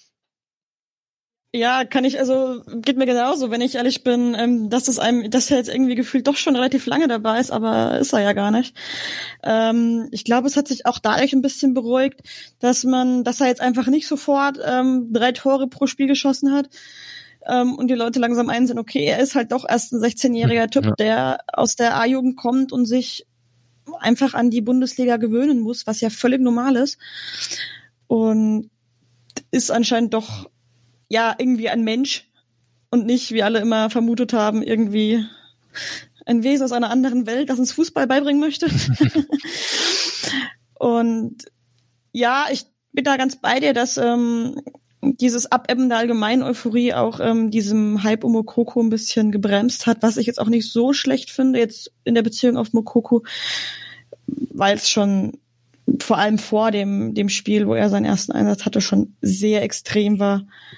Ja, kann ich, also geht mir genauso, wenn ich ehrlich bin, ähm, dass das einem, dass er jetzt irgendwie gefühlt doch schon relativ lange dabei ist, aber ist er ja gar nicht. Ähm, ich glaube, es hat sich auch dadurch ein bisschen beruhigt, dass man, dass er jetzt einfach nicht sofort ähm, drei Tore pro Spiel geschossen hat ähm, und die Leute langsam einsehen, okay, er ist halt doch erst ein sechzehnjähriger Typ, ja, der aus der A-Jugend kommt und sich einfach an die Bundesliga gewöhnen muss, was ja völlig normal ist und ist anscheinend doch ja, irgendwie ein Mensch und nicht, wie alle immer vermutet haben, irgendwie ein Wesen aus einer anderen Welt, das uns Fußball beibringen möchte. Und ja, ich bin da ganz bei dir, dass ähm, dieses Abebben der allgemeinen Euphorie auch ähm, diesem Hype um Moukoko ein bisschen gebremst hat, was ich jetzt auch nicht so schlecht finde, jetzt in der Beziehung auf Moukoko, weil es schon vor allem vor dem dem Spiel, wo er seinen ersten Einsatz hatte, schon sehr extrem war.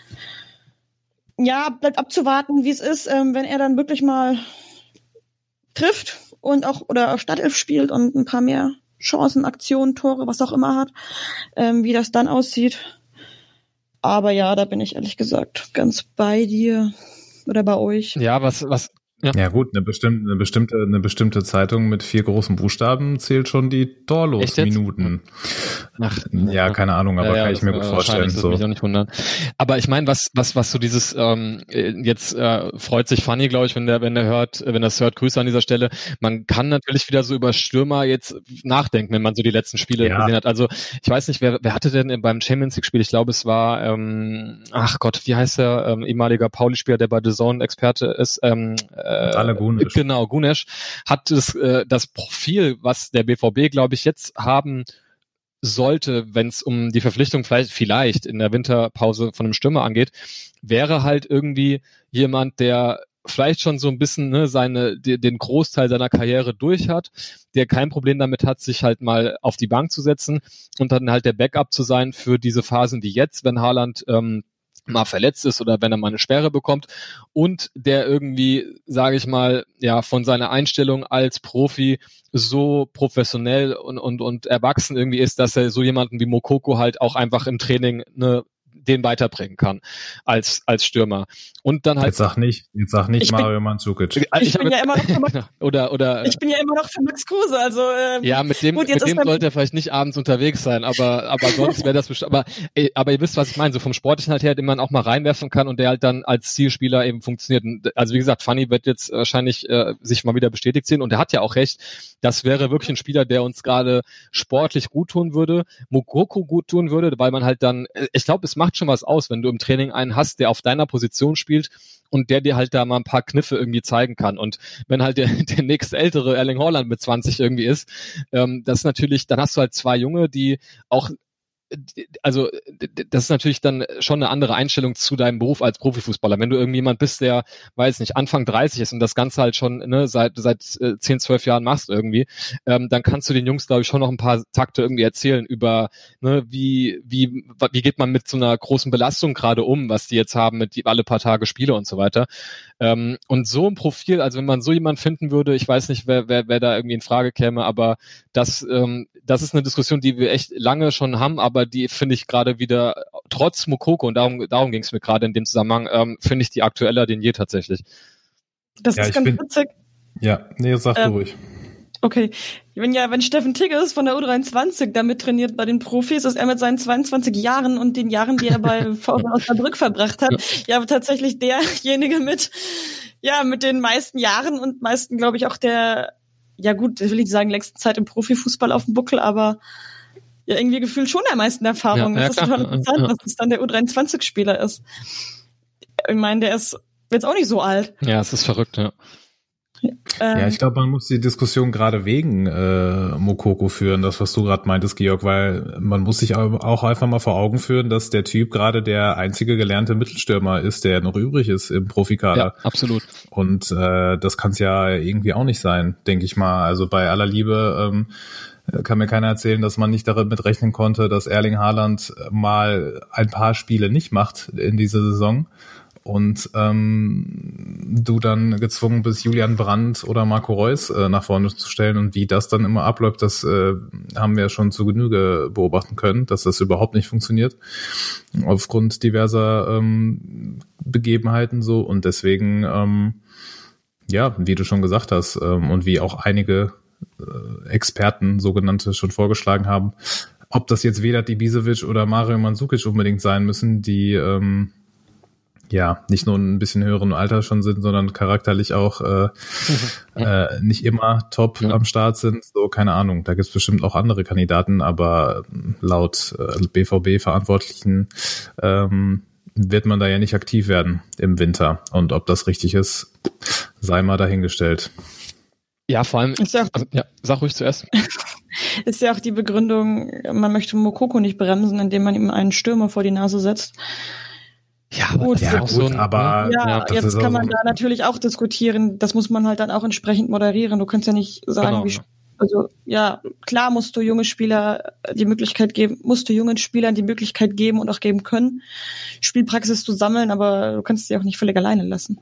Ja, bleibt abzuwarten, wie es ist, ähm, wenn er dann wirklich mal trifft und auch oder auch Startelf spielt und ein paar mehr Chancen, Aktionen, Tore, was auch immer hat, ähm, wie das dann aussieht. Aber ja, da bin ich ehrlich gesagt ganz bei dir oder bei euch. Ja, was was Ja. ja gut, eine bestimmte, eine bestimmte, eine bestimmte Zeitung mit vier großen Buchstaben zählt schon die Torlos-Minuten. Ach, ja, keine Ahnung, aber ja, ja, kann ich mir gut vorstellen. Das so. mich auch nicht wundern. Aber ich meine, was, was, was so dieses, ähm, jetzt äh, freut sich Fanny, glaube ich, wenn der, wenn der hört, wenn das hört, Grüße an dieser Stelle. Man kann natürlich wieder so über Stürmer jetzt nachdenken, wenn man so die letzten Spiele ja. gesehen hat. Also ich weiß nicht, wer, wer hatte denn beim Champions League-Spiel? Ich glaube, es war, ähm, ach Gott, wie heißt der ähm, ehemaliger Pauli-Spieler, der bei The Zone-Experte ist? Ähm, Alle Gunesch. Genau, Gunesch hat das, äh, das Profil, was der B V B, glaube ich, jetzt haben sollte, wenn es um die Verpflichtung vielleicht, vielleicht in der Winterpause von einem Stürmer angeht, wäre halt irgendwie jemand, der vielleicht schon so ein bisschen ne, seine die, den Großteil seiner Karriere durch hat, der kein Problem damit hat, sich halt mal auf die Bank zu setzen und dann halt der Backup zu sein für diese Phasen wie jetzt, wenn Haaland ähm, mal verletzt ist oder wenn er mal eine Sperre bekommt und der irgendwie, sage ich mal, ja von seiner Einstellung als Profi so professionell und und und erwachsen irgendwie ist, dass er so jemanden wie Moukoko halt auch einfach im Training ne den weiterbringen kann als als Stürmer und dann halt jetzt sag nicht jetzt sag nicht ich Mario Mandzukic. Ich, ich bin ja immer noch für Max, oder oder ich bin ja immer noch für Max Kruse, also ähm, ja mit dem gut, mit dem sollte er vielleicht nicht abends unterwegs sein, aber aber sonst wäre das bestimmt, aber aber ihr wisst, was ich meine, so vom Sportlichen halt her, den man auch mal reinwerfen kann und der halt dann als Zielspieler eben funktioniert. Also wie gesagt, Fanny wird jetzt wahrscheinlich äh, sich mal wieder bestätigt sehen und er hat ja auch recht, das wäre wirklich ein Spieler, der uns gerade sportlich gut tun würde, Moukoko gut tun würde, weil man halt dann, ich glaube, es macht schon was aus, wenn du im Training einen hast, der auf deiner Position spielt und der dir halt da mal ein paar Kniffe irgendwie zeigen kann. Und wenn halt der, der nächste ältere Erling Haaland mit zwanzig irgendwie ist, ähm, das ist natürlich, dann hast du halt zwei Junge, die auch also das ist natürlich dann schon eine andere Einstellung zu deinem Beruf als Profifußballer. Wenn du irgendwie jemand bist, der, weiß nicht, Anfang dreißig ist und das Ganze halt schon ne, seit seit zehn, zwölf Jahren machst irgendwie, ähm, dann kannst du den Jungs, glaube ich, schon noch ein paar Takte irgendwie erzählen über, ne, wie wie wie geht man mit so einer großen Belastung gerade um, was die jetzt haben mit die, alle paar Tage Spiele und so weiter. Ähm, und so ein Profil, also wenn man so jemanden finden würde, ich weiß nicht, wer wer, wer da irgendwie in Frage käme, aber das ähm, das ist eine Diskussion, die wir echt lange schon haben, aber die finde ich gerade wieder, trotz Moukoko, und darum, darum ging es mir gerade in dem Zusammenhang, ähm, finde ich die aktueller denn je tatsächlich. Das ja, ist ganz bin, witzig. Ja, nee, sag ähm, du ruhig. Okay, wenn ja, wenn Steffen Tigges von der U dreiundzwanzig damit trainiert bei den Profis, ist er mit seinen zweiundzwanzig Jahren und den Jahren, die er bei VfB Osnabrück verbracht hat, ja. ja tatsächlich derjenige mit, ja, mit den meisten Jahren und meisten, glaube ich, auch der, ja gut, ich will nicht sagen, längsten Zeit im Profifußball auf dem Buckel, aber ja irgendwie gefühlt schon der meisten Erfahrung. Ja, das ja, ist total interessant, ja. dass es dann der U dreiundzwanzig-Spieler ist. Ich meine, der ist jetzt auch nicht so alt. Ja, es ist verrückt, ja. Ähm, ja, ich glaube, man muss die Diskussion gerade wegen äh, Moukoko führen, das, was du gerade meintest, Georg, weil man muss sich auch einfach mal vor Augen führen, dass der Typ gerade der einzige gelernte Mittelstürmer ist, der noch übrig ist im Profikader. Ja, absolut. Und äh, das kann es ja irgendwie auch nicht sein, denke ich mal. Also bei aller Liebe ähm, kann mir keiner erzählen, dass man nicht damit rechnen konnte, dass Erling Haaland mal ein paar Spiele nicht macht in dieser Saison. Und ähm, du dann gezwungen bist, Julian Brandt oder Marco Reus äh, nach vorne zu stellen. Und wie das dann immer abläuft, das äh, haben wir schon zu Genüge beobachten können, dass das überhaupt nicht funktioniert. Aufgrund diverser ähm, Begebenheiten so. Und deswegen, ähm, ja, wie du schon gesagt hast, ähm, und wie auch einige äh, Experten, sogenannte, schon vorgeschlagen haben, ob das jetzt Vedat Ibisevic oder Mario Mandzukic unbedingt sein müssen, die ähm, ja, nicht nur ein bisschen höheren Alter schon sind, sondern charakterlich auch äh, mhm. äh, nicht immer top ja. am Start sind. So, keine Ahnung, da gibt's bestimmt auch andere Kandidaten, aber laut äh, B V B-Verantwortlichen ähm, wird man da ja nicht aktiv werden im Winter. Und ob das richtig ist, sei mal dahingestellt. Ja, vor allem, also, ja, sag ruhig zuerst. Ist ja auch die Begründung, man möchte Moukoko nicht bremsen, indem man ihm einen Stürmer vor die Nase setzt. Ja, aber gut, das ist auch gut, so ein, aber ja, ja, jetzt kann man so da natürlich auch diskutieren. Das muss man halt dann auch entsprechend moderieren. Du kannst ja nicht sagen, genau, wie, ja. also ja, klar musst du junge Spieler die Möglichkeit geben, musst du jungen Spielern die Möglichkeit geben und auch geben können, Spielpraxis zu sammeln, aber du kannst sie auch nicht völlig alleine lassen.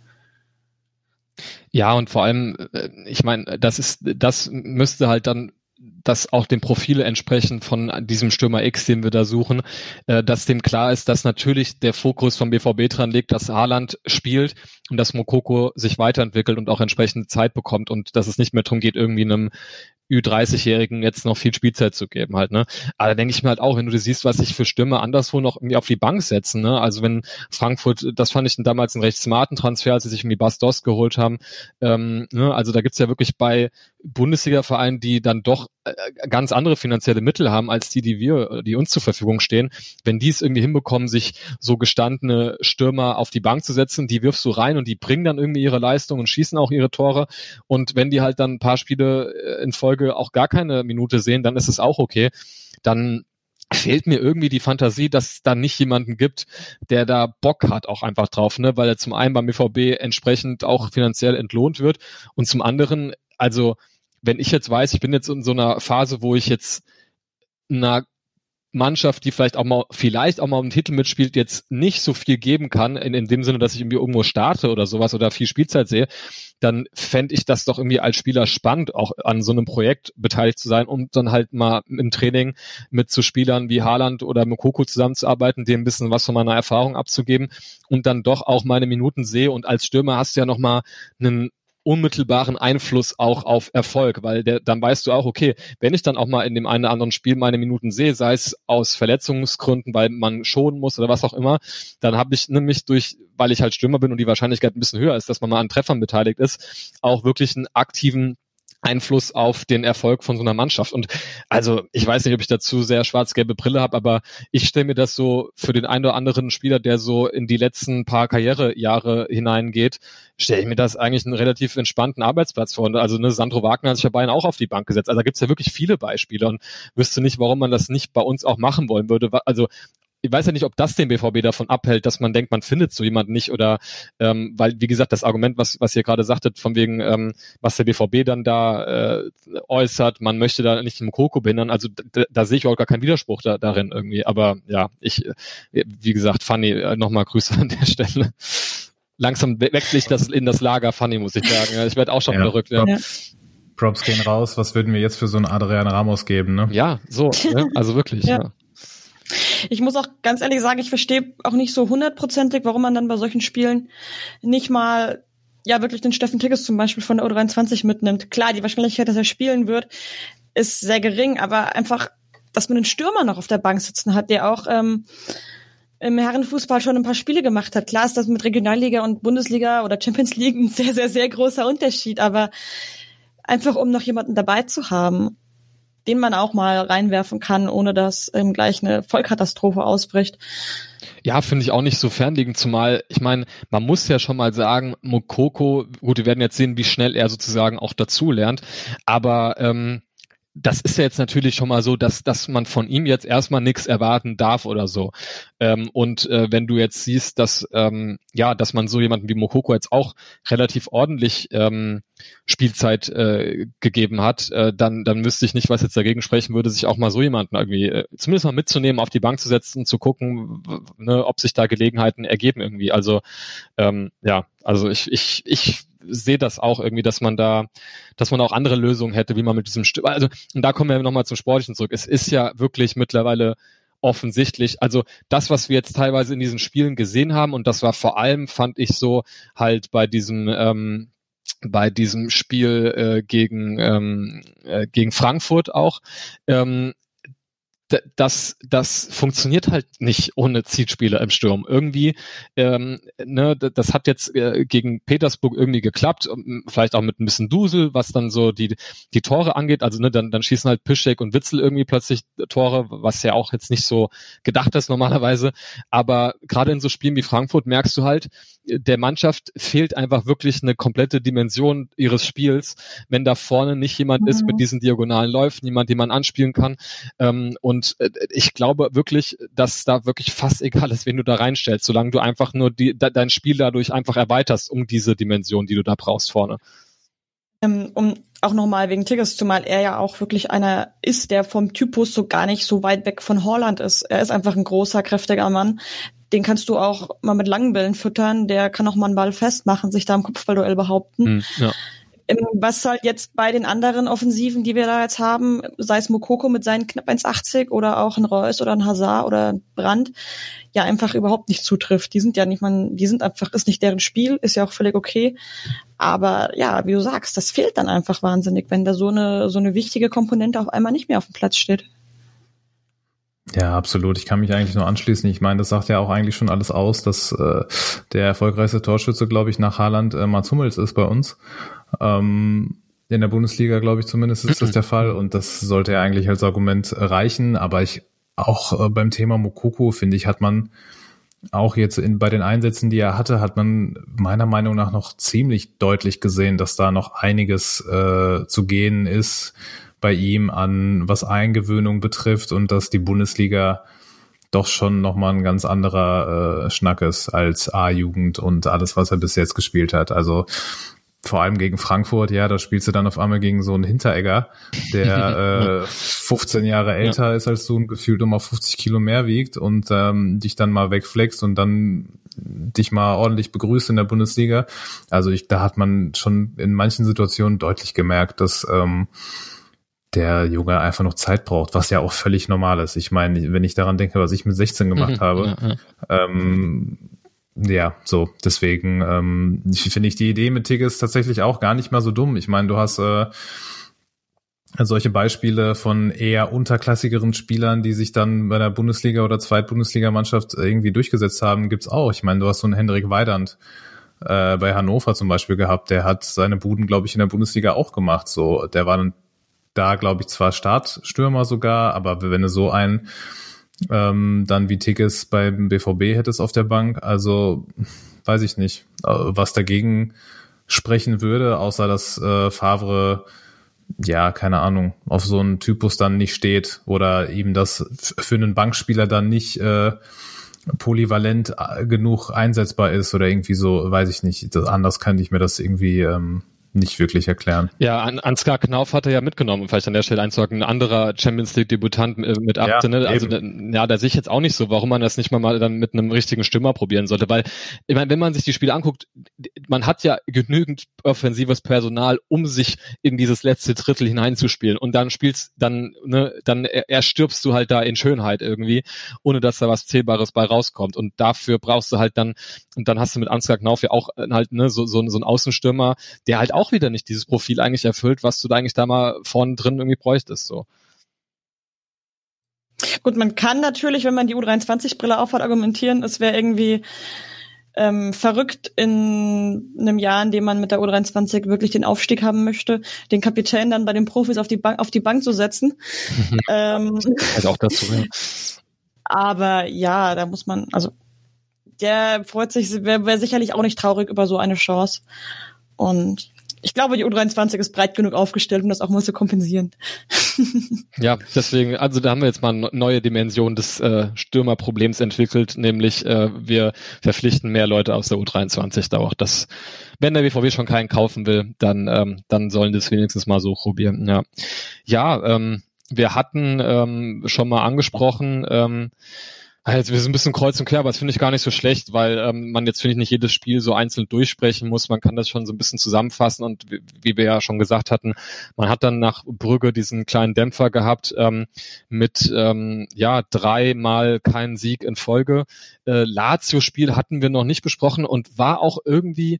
Ja, und vor allem, ich meine, das ist, das müsste halt dann das auch dem Profil entsprechend von diesem Stürmer X, den wir da suchen, äh, dass dem klar ist, dass natürlich der Fokus vom B V B dran liegt, dass Haaland spielt und dass Moukoko sich weiterentwickelt und auch entsprechende Zeit bekommt und dass es nicht mehr darum geht, irgendwie einem Ü dreißig-Jährigen jetzt noch viel Spielzeit zu geben halt, ne. Aber da denke ich mir halt auch, wenn du siehst, was sich für Stürmer anderswo noch irgendwie auf die Bank setzen, ne. Also wenn Frankfurt, das fand ich damals einen recht smarten Transfer, als sie sich irgendwie Bas Dost geholt haben, ähm, ne. Also da gibt's ja wirklich bei Bundesliga-Vereinen, die dann doch äh, ganz andere finanzielle Mittel haben, als die, die wir, die uns zur Verfügung stehen. Wenn die es irgendwie hinbekommen, sich so gestandene Stürmer auf die Bank zu setzen, die wirfst du rein und die bringen dann irgendwie ihre Leistung und schießen auch ihre Tore. Und wenn die halt dann ein paar Spiele in Folge auch gar keine Minute sehen, dann ist es auch okay. Dann fehlt mir irgendwie die Fantasie, dass es da nicht jemanden gibt, der da Bock hat auch einfach drauf, ne, weil er zum einen beim B V B entsprechend auch finanziell entlohnt wird und zum anderen, also wenn ich jetzt weiß, ich bin jetzt in so einer Phase, wo ich jetzt einer Mannschaft, die vielleicht auch mal, vielleicht auch mal einen Titel mitspielt, jetzt nicht so viel geben kann, in, in dem Sinne, dass ich irgendwie irgendwo starte oder sowas oder viel Spielzeit sehe, dann fände ich das doch irgendwie als Spieler spannend, auch an so einem Projekt beteiligt zu sein, um dann halt mal im Training mit so Spielern wie Haaland oder Moukoko zusammenzuarbeiten, dem ein bisschen was von meiner Erfahrung abzugeben und dann doch auch meine Minuten sehe. Und als Stürmer hast du ja noch mal einen unmittelbaren Einfluss auch auf Erfolg, weil der, dann weißt du auch, okay, wenn ich dann auch mal in dem einen oder anderen Spiel meine Minuten sehe, sei es aus Verletzungsgründen, weil man schonen muss oder was auch immer, dann habe ich nämlich durch, weil ich halt Stürmer bin und die Wahrscheinlichkeit ein bisschen höher ist, dass man mal an Treffern beteiligt ist, auch wirklich einen aktiven Einfluss auf den Erfolg von so einer Mannschaft. Und also ich weiß nicht, ob ich dazu sehr schwarz-gelbe Brille habe, aber ich stelle mir das so für den einen oder anderen Spieler, der so in die letzten paar Karrierejahre hineingeht, stelle ich mir das eigentlich einen relativ entspannten Arbeitsplatz vor. Und also ne, Sandro Wagner hat sich ja beinahe auch auf die Bank gesetzt. Also da gibt's ja wirklich viele Beispiele und wüsste nicht, warum man das nicht bei uns auch machen wollen würde. Also ich weiß ja nicht, ob das den B V B davon abhält, dass man denkt, man findet so jemanden nicht oder ähm, weil, wie gesagt, das Argument, was was ihr gerade sagtet, von wegen, ähm, was der B V B dann da äh, äußert, man möchte da nicht Moukoko behindern, also da, da sehe ich auch gar keinen Widerspruch da, darin irgendwie, aber ja, ich, wie gesagt, Fanny, äh, nochmal Grüße an der Stelle. Langsam wechsle ich das in das Lager Fanny, muss ich sagen. Ich werde auch schon ja. verrückt. Ja. Ja. Props gehen raus, was würden wir jetzt für so einen Adrian Ramos geben, ne? Ja, so, ne? Also wirklich, ja. ja. Ich muss auch ganz ehrlich sagen, ich verstehe auch nicht so hundertprozentig, warum man dann bei solchen Spielen nicht mal, ja, wirklich den Steffen Tigges zum Beispiel von der U dreiundzwanzig mitnimmt. Klar, die Wahrscheinlichkeit, dass er spielen wird, ist sehr gering, aber einfach, dass man einen Stürmer noch auf der Bank sitzen hat, der auch ähm, im Herrenfußball schon ein paar Spiele gemacht hat. Klar ist das mit Regionalliga und Bundesliga oder Champions League ein sehr, sehr, sehr großer Unterschied, aber einfach, um noch jemanden dabei zu haben, den man auch mal reinwerfen kann, ohne dass ähm, gleich eine Vollkatastrophe ausbricht. Ja, finde ich auch nicht so fernliegend, zumal, ich meine, man muss ja schon mal sagen, Moukoko, gut, wir werden jetzt sehen, wie schnell er sozusagen auch dazu lernt, aber ähm, das ist ja jetzt natürlich schon mal so, dass dass man von ihm jetzt erstmal nichts erwarten darf oder so. Ähm, und äh, wenn du jetzt siehst, dass ähm, ja, dass man so jemanden wie Moukoko jetzt auch relativ ordentlich ähm, Spielzeit äh, gegeben hat, äh, dann dann wüsste ich nicht, was jetzt dagegen sprechen würde, sich auch mal so jemanden irgendwie äh, zumindest mal mitzunehmen, auf die Bank zu setzen, zu gucken, ne, ob sich da Gelegenheiten ergeben irgendwie. Also ähm, ja, also ich ich ich sehe das auch irgendwie, dass man da, dass man auch andere Lösungen hätte, wie man mit diesem Stück, also, und da kommen wir nochmal zum Sportlichen zurück. Es ist ja wirklich mittlerweile offensichtlich, also das, was wir jetzt teilweise in diesen Spielen gesehen haben, und das war vor allem, fand ich so, halt bei diesem, ähm, bei diesem Spiel äh, gegen, ähm, äh, gegen Frankfurt auch, ähm, d- das, das funktioniert halt nicht ohne Zielspieler im Sturm. Irgendwie, ähm, ne, d- das hat jetzt äh, gegen Petersburg irgendwie geklappt, vielleicht auch mit ein bisschen Dusel, was dann so die die Tore angeht. Also ne, dann dann schießen halt Piszczek und Witsel irgendwie plötzlich Tore, was ja auch jetzt nicht so gedacht ist normalerweise. Aber gerade in so Spielen wie Frankfurt merkst du halt, der Mannschaft fehlt einfach wirklich eine komplette Dimension ihres Spiels, wenn da vorne nicht jemand mhm. ist mit diesen diagonalen Läufen, jemand, den man anspielen kann. Ähm, und äh, ich glaube wirklich, dass da wirklich fast egal ist, wen du da reinstellst, solange du einfach nur die, de, dein Spiel dadurch einfach erweiterst um diese Dimension, die du da brauchst vorne. Ähm, um auch nochmal wegen Tigges, zumal er ja auch wirklich einer ist, der vom Typus so gar nicht so weit weg von Haaland ist. Er ist einfach ein großer, kräftiger Mann. Den kannst du auch mal mit langen Bällen füttern. Der kann auch mal einen Ball festmachen, sich da im Kopfballduell behaupten. Hm, ja. Was halt jetzt bei den anderen Offensiven, die wir da jetzt haben, sei es Moukoko mit seinen knapp eins achtzig oder auch ein Reus oder ein Hazard oder ein Brandt, ja einfach überhaupt nicht zutrifft. Die sind ja nicht, man, die sind einfach, ist nicht deren Spiel, ist ja auch völlig okay. Aber ja, wie du sagst, das fehlt dann einfach wahnsinnig, wenn da so eine, so eine wichtige Komponente auf einmal nicht mehr auf dem Platz steht. Ja, absolut. Ich kann mich eigentlich nur anschließen. Ich meine, das sagt ja auch eigentlich schon alles aus, dass äh, der erfolgreichste Torschütze, glaube ich, nach Haaland äh, Mats Hummels ist bei uns. Ähm, in der Bundesliga, glaube ich, zumindest ist das der Fall. Und das sollte ja eigentlich als Argument reichen. Aber ich auch äh, beim Thema Moukoko, finde ich, hat man auch jetzt in, bei den Einsätzen, die er hatte, hat man meiner Meinung nach noch ziemlich deutlich gesehen, dass da noch einiges äh, zu gehen ist bei ihm an, was Eingewöhnung betrifft und dass die Bundesliga doch schon nochmal ein ganz anderer äh, Schnack ist als A-Jugend und alles, was er bis jetzt gespielt hat. Also vor allem gegen Frankfurt, ja, da spielst du dann auf einmal gegen so einen Hinteregger, der äh, fünfzehn Jahre älter ja. ist als du und gefühlt um auf fünfzig Kilo mehr wiegt und ähm, dich dann mal wegflext und dann dich mal ordentlich begrüßt in der Bundesliga. Also ich, da hat man schon in manchen Situationen deutlich gemerkt, dass ähm, der Junge einfach noch Zeit braucht, was ja auch völlig normal ist. Ich meine, wenn ich daran denke, was ich mit sechzehn gemacht mhm, habe, ja, ja. Ähm, ja, so, deswegen ähm, finde ich die Idee mit Tigges tatsächlich auch gar nicht mal so dumm. Ich meine, du hast äh, solche Beispiele von eher unterklassigeren Spielern, die sich dann bei der Bundesliga- oder Zweitbundesligamannschaft irgendwie durchgesetzt haben, gibt's auch. Ich meine, du hast so einen Hendrik Weidand äh, bei Hannover zum Beispiel gehabt, der hat seine Buden, glaube ich, in der Bundesliga auch gemacht. So, der war dann da, glaube ich, zwar Startstürmer sogar, aber wenn du so einen ähm, dann wie Tigges beim B V B hättest auf der Bank, also weiß ich nicht, was dagegen sprechen würde, außer dass äh, Favre, ja, keine Ahnung, auf so einen Typus dann nicht steht oder ihm das für einen Bankspieler dann nicht äh, polyvalent genug einsetzbar ist oder irgendwie so, weiß ich nicht, das, anders könnte ich mir das irgendwie ähm, nicht wirklich erklären. Ja, An- Ansgar Knauf hat er ja mitgenommen, um vielleicht an der Stelle einzusagen, ein anderer Champions League-Debutant äh, mit achtzehn. Ja, also da, ja, da sehe ich jetzt auch nicht so, warum man das nicht mal, mal dann mit einem richtigen Stürmer probieren sollte, weil ich meine, wenn man sich die Spiele anguckt, man hat ja genügend offensives Personal, um sich in dieses letzte Drittel hineinzuspielen und dann spielst, dann, ne, dann erstirbst du halt da in Schönheit irgendwie, ohne dass da was Zählbares bei rauskommt und dafür brauchst du halt dann, und dann hast du mit Ansgar Knauf ja auch halt, ne, so, so, so einen Außenstürmer, der halt auch wieder nicht dieses Profil eigentlich erfüllt, was du da eigentlich da mal vorne drin irgendwie bräuchtest, so. Gut, man kann natürlich, wenn man die U dreiundzwanzig-Brille aufhat, argumentieren, es wäre irgendwie ähm, verrückt in einem Jahr, in dem man mit der U dreiundzwanzig wirklich den Aufstieg haben möchte, den Kapitän dann bei den Profis auf die Bank, auf die Bank zu setzen. ähm, also auch dazu, ja. Aber ja, da muss man, also der freut sich, wäre wär sicherlich auch nicht traurig über so eine Chance. Und ich glaube, die U dreiundzwanzig ist breit genug aufgestellt, um das auch mal zu kompensieren. Ja, deswegen, also da haben wir jetzt mal eine neue Dimension des äh, Stürmerproblems entwickelt, nämlich äh, wir verpflichten mehr Leute aus der U dreiundzwanzig da auch. Das, wenn der B V B schon keinen kaufen will, dann ähm, dann sollen das wenigstens mal so probieren. Ja, ja ähm, wir hatten ähm, schon mal angesprochen, ähm, Also wir sind ein bisschen kreuz und quer, aber das finde ich gar nicht so schlecht, weil ähm, man jetzt, finde ich, nicht jedes Spiel so einzeln durchsprechen muss. Man kann das schon so ein bisschen zusammenfassen und wie, wie wir ja schon gesagt hatten, man hat dann nach Brügge diesen kleinen Dämpfer gehabt ähm, mit ähm, ja dreimal keinen Sieg in Folge. Äh, Lazio-Spiel hatten wir noch nicht besprochen und war auch irgendwie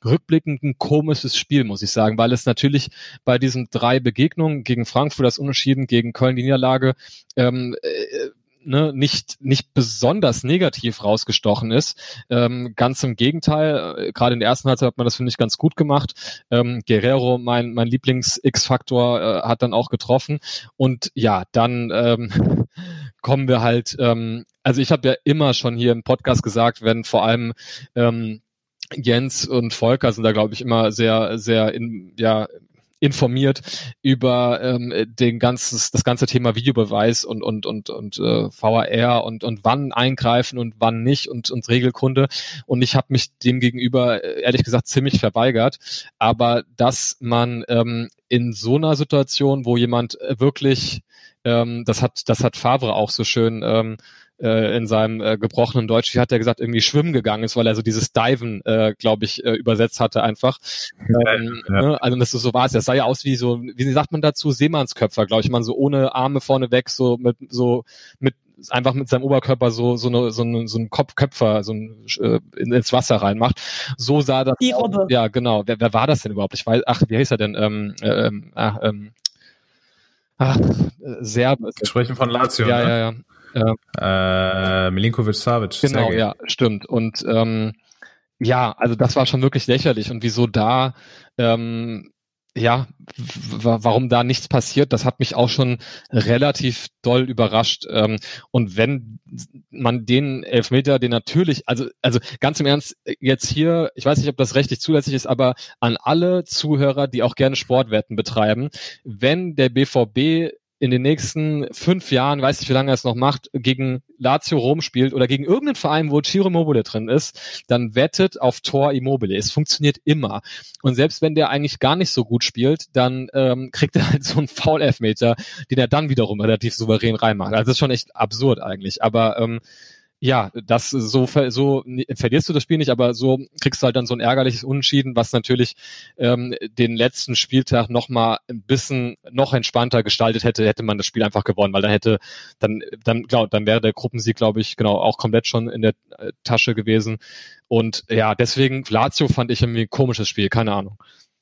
rückblickend ein komisches Spiel, muss ich sagen, weil es natürlich bei diesen drei Begegnungen gegen Frankfurt das Unentschieden, gegen Köln die Niederlage, ähm, äh, Ne, nicht nicht besonders negativ rausgestochen ist. Ähm, ganz im Gegenteil, äh, gerade in der ersten Halbzeit hat man das, finde ich, ganz gut gemacht. Ähm, Guerrero, mein mein Lieblings-X-Faktor, äh, hat dann auch getroffen. Und ja, dann ähm, kommen wir halt, ähm, also ich habe ja immer schon hier im Podcast gesagt, wenn vor allem ähm, Jens und Volker sind da, glaube ich, immer sehr, sehr in, ja, informiert über ähm, den ganzes das ganze Thema Videobeweis und und und und äh, V R R und und wann eingreifen und wann nicht und und Regelkunde, und ich habe mich dem gegenüber ehrlich gesagt ziemlich verweigert, aber dass man ähm, in so einer Situation, wo jemand wirklich ähm, das hat das hat Favre auch so schön ähm, in seinem äh, gebrochenen Deutsch, wie hat er gesagt, irgendwie schwimmen gegangen ist, weil er so dieses Diven, äh, glaube ich, äh, übersetzt hatte einfach. Ähm, ja. Ne? Also das ist so war es. Das sah ja aus wie so, wie sagt man dazu, Seemannsköpfer, glaube ich, man so ohne Arme vorne weg, so mit so mit einfach mit seinem Oberkörper so so eine so ein so ein Kopfköpfer so ein äh, ins Wasser reinmacht. So sah das. Die Robbe. Ja, genau. Wer, wer war das denn überhaupt? Ich weiß. Ach, wie heißt er denn? Ähm, ähm, ach, ähm, ach, Serb. Wir sprechen von Lazio. Ja, ne? ja, ja. Äh, Milinkovic-Savic. Genau, ja, stimmt. Und ähm, ja, also das war schon wirklich lächerlich. Und wieso da, ähm, ja, w- warum da nichts passiert, das hat mich auch schon relativ doll überrascht. Ähm, und wenn man den Elfmeter, den natürlich, also also ganz im Ernst, jetzt hier, ich weiß nicht, ob das rechtlich zulässig ist, aber an alle Zuhörer, die auch gerne Sportwetten betreiben, wenn der B V B in den nächsten fünf Jahren, weiß nicht, wie lange er es noch macht, gegen Lazio Rom spielt oder gegen irgendeinen Verein, wo Ciro Immobile drin ist, dann wettet auf Tor Immobile. Es funktioniert immer. Und selbst wenn der eigentlich gar nicht so gut spielt, dann ähm, kriegt er halt so einen Foul-Elfmeter, den er dann wiederum relativ souverän reinmacht. Also das ist schon echt absurd eigentlich. Aber ähm, ja, das so so verlierst du das Spiel nicht, aber so kriegst du halt dann so ein ärgerliches Unentschieden, was natürlich ähm, den letzten Spieltag noch mal ein bisschen noch entspannter gestaltet hätte, hätte man das Spiel einfach gewonnen, weil dann hätte dann dann glaub, dann wäre der Gruppensieg, glaube ich, genau auch komplett schon in der äh, Tasche gewesen. Und ja, deswegen Lazio fand ich irgendwie ein komisches Spiel, keine Ahnung.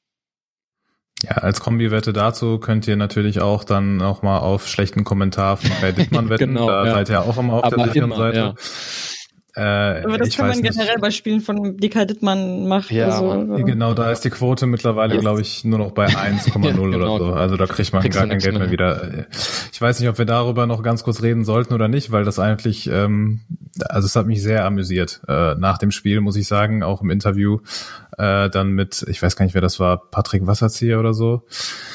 Ja, als Kombi-Wette dazu könnt ihr natürlich auch dann auch mal auf schlechten Kommentar von Kai Dittmann wetten. Genau, da ja. seid ihr auch immer auf Aber der sicheren immer, Seite. ja. Äh, Aber das ich kann weiß man nicht. generell bei Spielen von die Kai Dittmann macht. Ja, also, Genau, da ist die Quote mittlerweile, Yes. glaube ich, nur noch bei eins Komma null Ja, genau. oder so. Also da kriegt man Kriegst gar du kein nichts Geld mehr mehr. wieder. Ich weiß nicht, ob wir darüber noch ganz kurz reden sollten oder nicht, weil das eigentlich, ähm, also es hat mich sehr amüsiert. Äh, nach dem Spiel, muss ich sagen, auch im Interview, äh, dann mit, ich weiß gar nicht, wer das war, Patrick Wasserzieher oder so.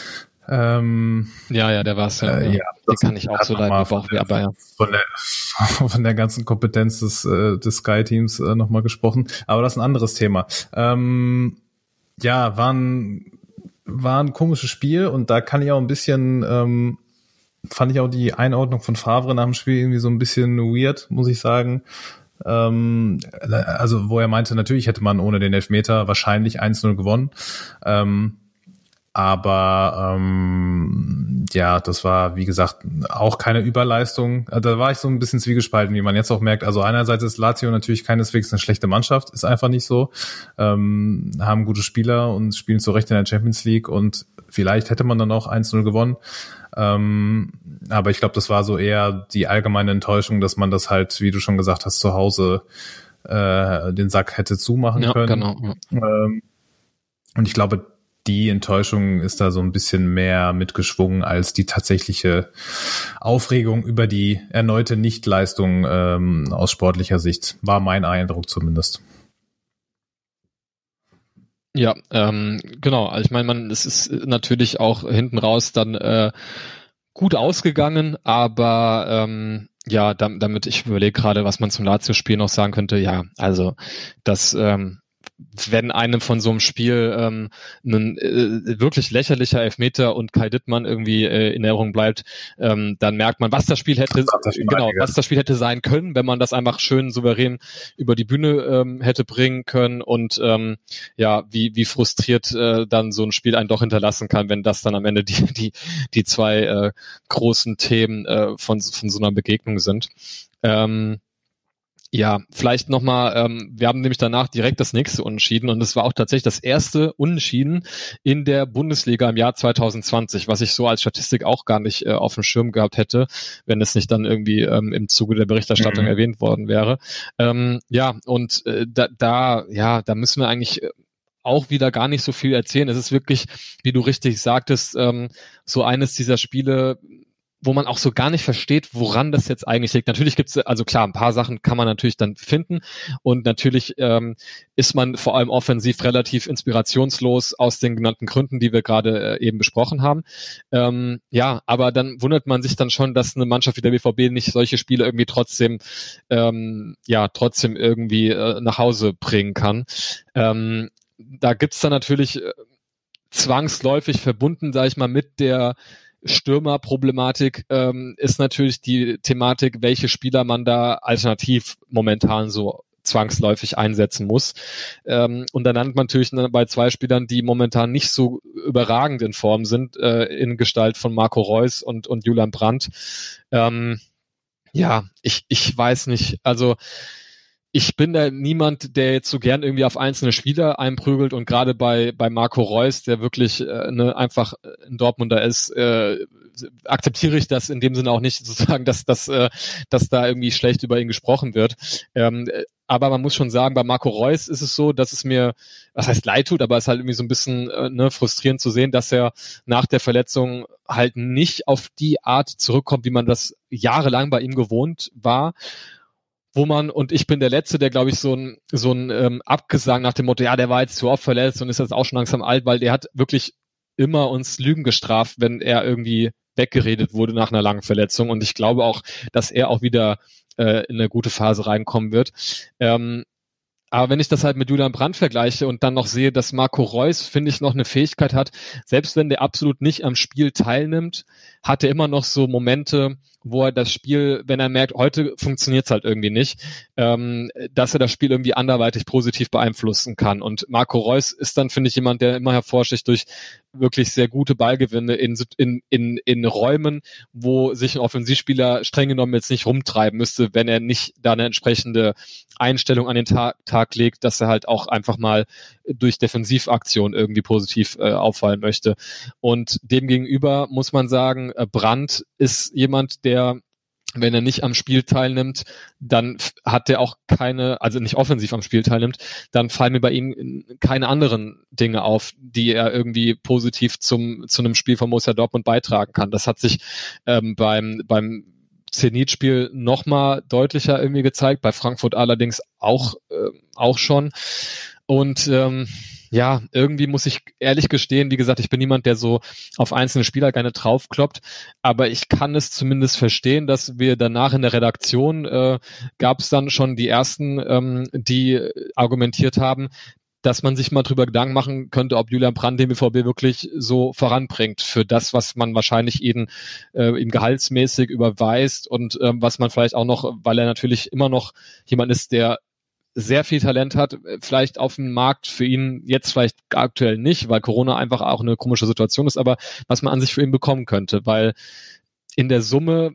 Ähm, Ja, ja, der war's. Ja, Äh, ja. ja, Die das kann ich auch hat so noch leiden, mal die Bauchweh, aber ja. von der, von der ganzen Kompetenz des, äh, des Sky-Teams äh, nochmal gesprochen. Aber das ist ein anderes Thema. Ähm, ja, war ein, war ein komisches Spiel und da kann ich auch ein bisschen, ähm, fand ich auch die Einordnung von Favre nach dem Spiel irgendwie so ein bisschen weird, muss ich sagen. Ähm, also, wo er meinte, natürlich hätte man ohne den Elfmeter wahrscheinlich eins null gewonnen. Ähm, Aber ähm, ja, das war, wie gesagt, auch keine Überleistung. Da war ich so ein bisschen zwiegespalten, wie man jetzt auch merkt. Also einerseits ist Lazio natürlich keineswegs eine schlechte Mannschaft, ist einfach nicht so. Ähm, haben gute Spieler und spielen zu Recht in der Champions League und vielleicht hätte man dann auch eins null gewonnen. Ähm, aber ich glaube, das war so eher die allgemeine Enttäuschung, dass man das halt, wie du schon gesagt hast, zu Hause äh, den Sack hätte zumachen Ja, können. genau. Ja. Ähm, und ich glaube, die Enttäuschung ist da so ein bisschen mehr mitgeschwungen als die tatsächliche Aufregung über die erneute Nichtleistung ähm, aus sportlicher Sicht. War mein Eindruck zumindest. Ja, ähm, genau. Also ich meine, man, es ist natürlich auch hinten raus dann äh, gut ausgegangen, aber ähm, ja, damit, damit ich überlege gerade, was man zum Lazio-Spiel noch sagen könnte. Ja, also das ähm, wenn einem von so einem Spiel ähm, ein äh, wirklich lächerlicher Elfmeter und Kai Dittmann irgendwie äh, in Erinnerung bleibt, ähm, dann merkt man, was das Spiel hätte, das genau, was das Spiel hätte sein können, wenn man das einfach schön souverän über die Bühne ähm, hätte bringen können und ähm, ja, wie wie frustriert äh, dann so ein Spiel einen doch hinterlassen kann, wenn das dann am Ende die die die zwei äh, großen Themen äh, von von so einer Begegnung sind. Ähm, Ja, vielleicht nochmal, ähm, wir haben nämlich danach direkt das nächste Unentschieden und es war auch tatsächlich das erste Unentschieden in der Bundesliga im Jahr zwanzig zwanzig, was ich so als Statistik auch gar nicht äh, auf dem Schirm gehabt hätte, wenn es nicht dann irgendwie ähm, im Zuge der Berichterstattung mhm. erwähnt worden wäre. Ähm, ja, und äh, da, da, ja, da müssen wir eigentlich auch wieder gar nicht so viel erzählen. Es ist wirklich, wie du richtig sagtest, ähm, so eines dieser Spiele, wo man auch so gar nicht versteht, woran das jetzt eigentlich liegt. Natürlich gibt's, also klar, ein paar Sachen kann man natürlich dann finden und natürlich ähm, ist man vor allem offensiv relativ inspirationslos aus den genannten Gründen, die wir gerade äh, eben besprochen haben. Ähm, ja, aber dann wundert man sich dann schon, dass eine Mannschaft wie der B V B nicht solche Spiele irgendwie trotzdem, ähm, ja, trotzdem irgendwie äh, nach Hause bringen kann. Ähm, da gibt's dann natürlich äh, zwangsläufig verbunden, sage ich mal, mit der Stürmerproblematik ähm, ist natürlich die Thematik, welche Spieler man da alternativ momentan so zwangsläufig einsetzen muss. Ähm, und dann landet man natürlich bei zwei Spielern, die momentan nicht so überragend in Form sind, äh, in Gestalt von Marco Reus und, und Julian Brandt. Ähm, ja, ich, ich weiß nicht, also ich bin da niemand, der jetzt so gern irgendwie auf einzelne Spieler einprügelt und gerade bei bei Marco Reus, der wirklich äh, ne, einfach ein Dortmunder ist, äh, akzeptiere ich das in dem Sinne auch nicht, sozusagen, dass dass äh, dass da irgendwie schlecht über ihn gesprochen wird. Ähm, aber man muss schon sagen, bei Marco Reus ist es so, dass es mir, was heißt leid tut, aber es ist halt irgendwie so ein bisschen äh, ne, frustrierend zu sehen, dass er nach der Verletzung halt nicht auf die Art zurückkommt, wie man das jahrelang bei ihm gewohnt war. Wo man, und ich bin der Letzte, der, glaube ich, so ein so ein ähm, Abgesang nach dem Motto, ja, der war jetzt zu oft verletzt und ist jetzt auch schon langsam alt, weil der hat wirklich immer uns Lügen gestraft, wenn er irgendwie weggeredet wurde nach einer langen Verletzung. Und ich glaube auch, dass er auch wieder äh, in eine gute Phase reinkommen wird. Ähm, aber wenn ich das halt mit Julian Brandt vergleiche und dann noch sehe, dass Marco Reus, finde ich, noch eine Fähigkeit hat, selbst wenn der absolut nicht am Spiel teilnimmt, hat er immer noch so Momente, wo er das Spiel, wenn er merkt, heute funktioniert es halt irgendwie nicht, ähm, dass er das Spiel irgendwie anderweitig positiv beeinflussen kann. Und Marco Reus ist dann, finde ich, jemand, der immer hervorsticht durch wirklich sehr gute Ballgewinne in, in, in, in Räumen, wo sich ein Offensivspieler streng genommen jetzt nicht rumtreiben müsste, wenn er nicht da eine entsprechende Einstellung an den Tag, Tag legt, dass er halt auch einfach mal durch Defensivaktion irgendwie positiv äh, auffallen möchte. Und demgegenüber muss man sagen, äh, Brandt ist jemand, der, wenn er nicht am Spiel teilnimmt, dann hat er auch keine, also nicht offensiv am Spiel teilnimmt, dann fallen mir bei ihm keine anderen Dinge auf, die er irgendwie positiv zum zu einem Spiel von Borussia Dortmund beitragen kann. Das hat sich ähm, beim beim Zenit-Spiel nochmal deutlicher irgendwie gezeigt, bei Frankfurt allerdings auch äh, auch schon. Und ähm, ja, irgendwie muss ich ehrlich gestehen, wie gesagt, ich bin niemand, der so auf einzelne Spieler gerne draufkloppt, aber ich kann es zumindest verstehen, dass wir danach in der Redaktion äh, gab es dann schon die ersten, ähm, die argumentiert haben, dass man sich mal drüber Gedanken machen könnte, ob Julian Brandt den B V B wirklich so voranbringt für das, was man wahrscheinlich ihn, äh, ihm gehaltsmäßig überweist und ähm, was man vielleicht auch noch, weil er natürlich immer noch jemand ist, der sehr viel Talent hat, vielleicht auf dem Markt für ihn jetzt vielleicht aktuell nicht, weil Corona einfach auch eine komische Situation ist, aber was man an sich für ihn bekommen könnte, weil in der Summe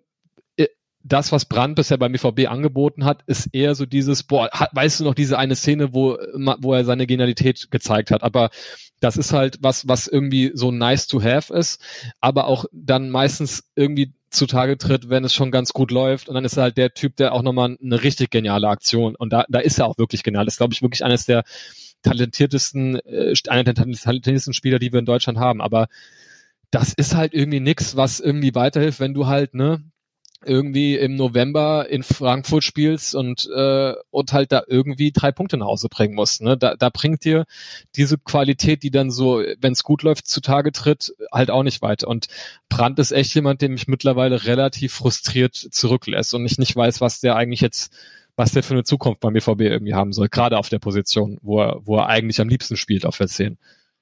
das, was Brandt bisher beim B V B angeboten hat, ist eher so dieses, boah, hat, weißt du noch diese eine Szene, wo wo er seine Genialität gezeigt hat, aber das ist halt was, was irgendwie so nice to have ist, aber auch dann meistens irgendwie zutage tritt, wenn es schon ganz gut läuft und dann ist er halt der Typ, der auch nochmal eine richtig geniale Aktion und da da ist er auch wirklich genial. Das ist, glaube ich, wirklich eines der talentiertesten, äh, einer der talentiertesten Spieler, die wir in Deutschland haben, aber das ist halt irgendwie nix, was irgendwie weiterhilft, wenn du halt, ne, irgendwie im November in Frankfurt spielst und äh, und halt da irgendwie drei Punkte nach Hause bringen musst. Ne? Da, da bringt dir diese Qualität, die dann so, wenn es gut läuft, zutage tritt, halt auch nicht weiter. Und Brandt ist echt jemand, der mich mittlerweile relativ frustriert zurücklässt und ich nicht weiß, was der eigentlich jetzt, was der für eine Zukunft beim B V B irgendwie haben soll, gerade auf der Position, wo er, wo er eigentlich am liebsten spielt auf der zehn.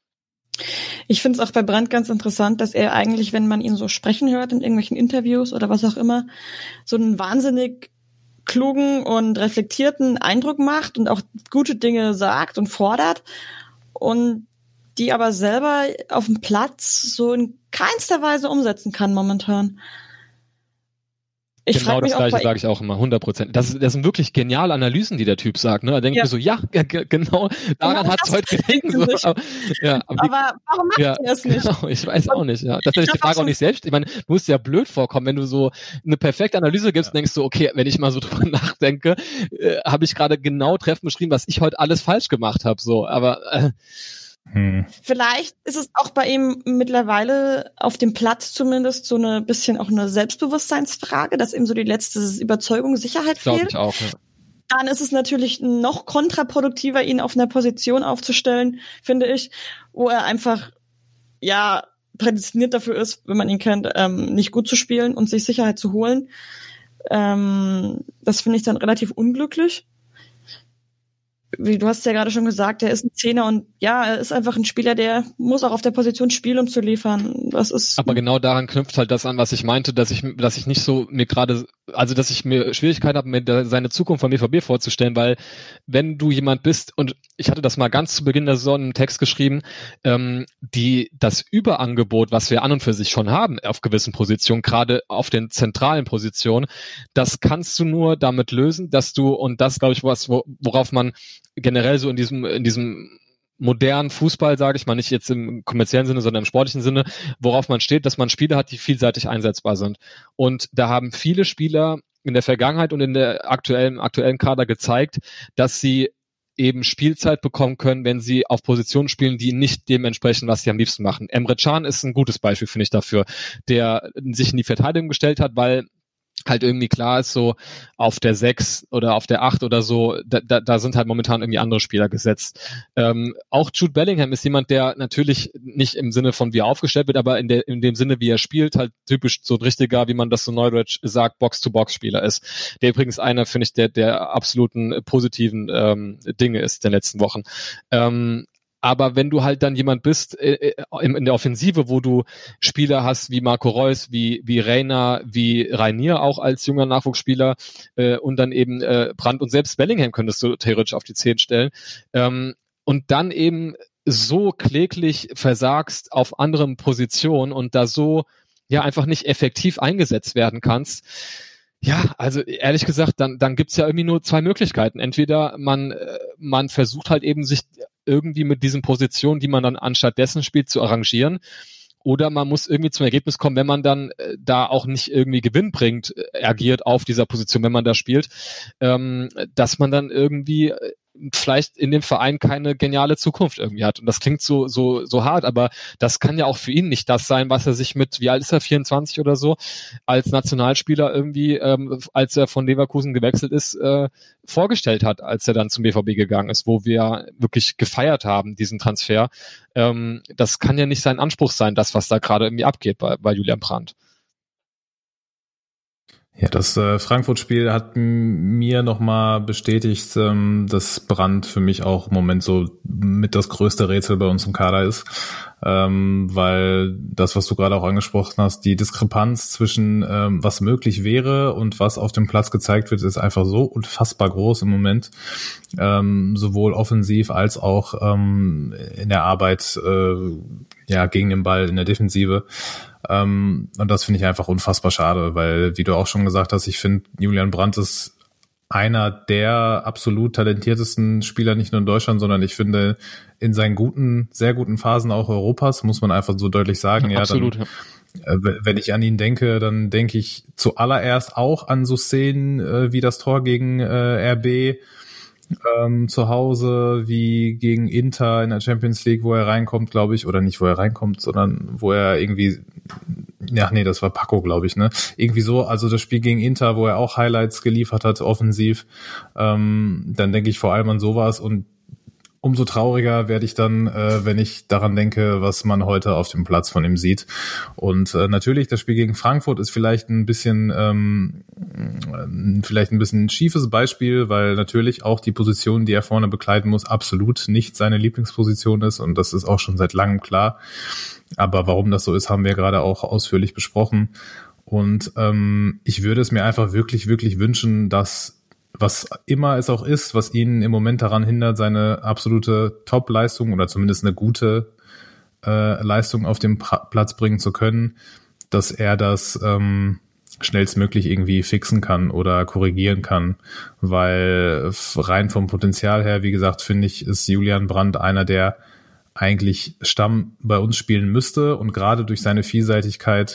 Ich finde es auch bei Brandt ganz interessant, dass er eigentlich, wenn man ihn so sprechen hört in irgendwelchen Interviews oder was auch immer, so einen wahnsinnig klugen und reflektierten Eindruck macht und auch gute Dinge sagt und fordert und die aber selber auf dem Platz so in keinster Weise umsetzen kann momentan. Ich genau das mich Gleiche sage ich auch immer, hundert Prozent. Das, das sind wirklich geniale Analysen, die der Typ sagt. Ne? Da denke ich Ja. mir so, ja, g- genau, daran Genau hat es das heute gelegen. So. sich. Aber, ja, aber, die, Aber warum macht ja, er es nicht? Genau, ich weiß auch nicht. Ja. Das ist Ich die glaub, Frage auch so- nicht selbst. Ich meine, du musst ja blöd vorkommen, wenn du so eine perfekte Analyse gibst und denkst so, okay, wenn ich mal so drüber nachdenke, äh, habe ich gerade genau treffend beschrieben, was ich heute alles falsch gemacht habe. So, aber äh, Hm. Vielleicht ist es auch bei ihm mittlerweile auf dem Platz zumindest so eine bisschen auch eine Selbstbewusstseinsfrage, dass ihm so die letzte Überzeugung, Sicherheit glaube fehlt. ich auch. Ja. Dann ist es natürlich noch kontraproduktiver, ihn auf einer Position aufzustellen, finde ich, wo er einfach, ja, prädestiniert dafür ist, wenn man ihn kennt, ähm, nicht gut zu spielen und sich Sicherheit zu holen. Ähm, das finde ich dann relativ unglücklich. Wie du hast ja gerade schon gesagt, er ist ein Zehner und ja, er ist einfach ein Spieler, der muss auch auf der Position spielen, um zu liefern. Das ist. Aber genau daran knüpft halt das an, was ich meinte, dass ich, dass ich nicht so mir gerade, also dass ich mir Schwierigkeiten habe, mir da seine Zukunft vom B V B vorzustellen, weil wenn du jemand bist, und ich hatte das mal ganz zu Beginn der Saison im Text geschrieben, ähm, die das Überangebot, was wir an und für sich schon haben auf gewissen Positionen, gerade auf den zentralen Positionen, das kannst du nur damit lösen, dass du, und das glaube ich was, worauf man generell so in diesem in diesem modernen Fußball, sage ich mal, nicht jetzt im kommerziellen Sinne, sondern im sportlichen Sinne, worauf man steht, dass man Spieler hat, die vielseitig einsetzbar sind. Und da haben viele Spieler in der Vergangenheit und in der aktuellen aktuellen Kader gezeigt, dass sie eben Spielzeit bekommen können, wenn sie auf Positionen spielen, die nicht dem entsprechen, was sie am liebsten machen. Emre Can ist ein gutes Beispiel, finde ich, dafür, der sich in die Verteidigung gestellt hat, weil halt irgendwie klar ist, so auf der sechs oder auf der acht oder so, da, da, da sind halt momentan irgendwie andere Spieler gesetzt. Ähm, auch Jude Bellingham ist jemand, der natürlich nicht im Sinne von wie er aufgestellt wird, aber in, der, in dem Sinne, wie er spielt, halt typisch so ein richtiger, wie man das so neudeutsch sagt, Box-to-Box-Spieler ist. Der übrigens einer, finde ich, der der absoluten positiven ähm, Dinge ist der letzten Wochen. Ähm, Aber wenn du halt dann jemand bist äh, in, in der Offensive, wo du Spieler hast wie Marco Reus, wie wie Reina, wie Reinier auch als junger Nachwuchsspieler äh, und dann eben äh, Brandt und selbst Bellingham könntest du theoretisch auf die zehn stellen ähm, und dann eben so kläglich versagst auf anderen Positionen und da so ja einfach nicht effektiv eingesetzt werden kannst. Ja, also ehrlich gesagt, dann dann gibt's ja irgendwie nur zwei Möglichkeiten. Entweder man äh, man versucht halt eben sich irgendwie mit diesen Positionen, die man dann anstatt dessen spielt, zu arrangieren. Oder man muss irgendwie zum Ergebnis kommen, wenn man dann äh, da auch nicht irgendwie Gewinn bringt, äh, agiert auf dieser Position, wenn man da spielt, ähm, dass man dann irgendwie äh, vielleicht in dem Verein keine geniale Zukunft irgendwie hat. Und das klingt so so so hart, aber das kann ja auch für ihn nicht das sein, was er sich mit, wie alt ist er, vierundzwanzig oder so, als Nationalspieler irgendwie, ähm, als er von Leverkusen gewechselt ist, äh, vorgestellt hat, als er dann zum B V B gegangen ist, wo wir wirklich gefeiert haben, diesen Transfer. Ähm, das kann ja nicht sein Anspruch sein, das, was da gerade irgendwie abgeht bei, bei Julian Brandt. Ja, das äh, Frankfurt-Spiel hat m- mir nochmal bestätigt, ähm, dass Brandt für mich auch im Moment so mit das größte Rätsel bei uns im Kader ist, ähm, weil das, was du gerade auch angesprochen hast, die Diskrepanz zwischen ähm, was möglich wäre und was auf dem Platz gezeigt wird, ist einfach so unfassbar groß im Moment, ähm, sowohl offensiv als auch ähm, in der Arbeit äh, ja gegen den Ball in der Defensive. Um, und das finde ich einfach unfassbar schade, weil, wie du auch schon gesagt hast, ich finde, Julian Brandt ist einer der absolut talentiertesten Spieler, nicht nur in Deutschland, sondern ich finde, in seinen guten, sehr guten Phasen auch Europas, muss man einfach so deutlich sagen. Ja, absolut. Dann, äh, wenn ich an ihn denke, dann denke ich zuallererst auch an so Szenen äh, wie das Tor gegen äh, R B, Ähm, zu Hause, wie gegen Inter in der Champions League, wo er reinkommt, glaube ich, oder nicht, wo er reinkommt, sondern wo er irgendwie, ja, nee, das war Paco, glaube ich, ne, irgendwie so, also das Spiel gegen Inter, wo er auch Highlights geliefert hat, offensiv, ähm, dann denke ich vor allem an sowas und umso trauriger werde ich dann, äh, wenn ich daran denke, was man heute auf dem Platz von ihm sieht. Und äh, natürlich, das Spiel gegen Frankfurt ist vielleicht ein bisschen, ähm, vielleicht ein bisschen ein schiefes Beispiel, weil natürlich auch die Position, die er vorne bekleiden muss, absolut nicht seine Lieblingsposition ist. Und das ist auch schon seit langem klar. Aber warum das so ist, haben wir gerade auch ausführlich besprochen. Und ähm, ich würde es mir einfach wirklich, wirklich wünschen, dass was immer es auch ist, was ihn im Moment daran hindert, seine absolute Top-Leistung oder zumindest eine gute äh, Leistung auf dem pra- Platz bringen zu können, dass er das ähm, schnellstmöglich irgendwie fixen kann oder korrigieren kann, weil rein vom Potenzial her, wie gesagt, finde ich, ist Julian Brandt einer, der eigentlich Stamm bei uns spielen müsste und gerade durch seine Vielseitigkeit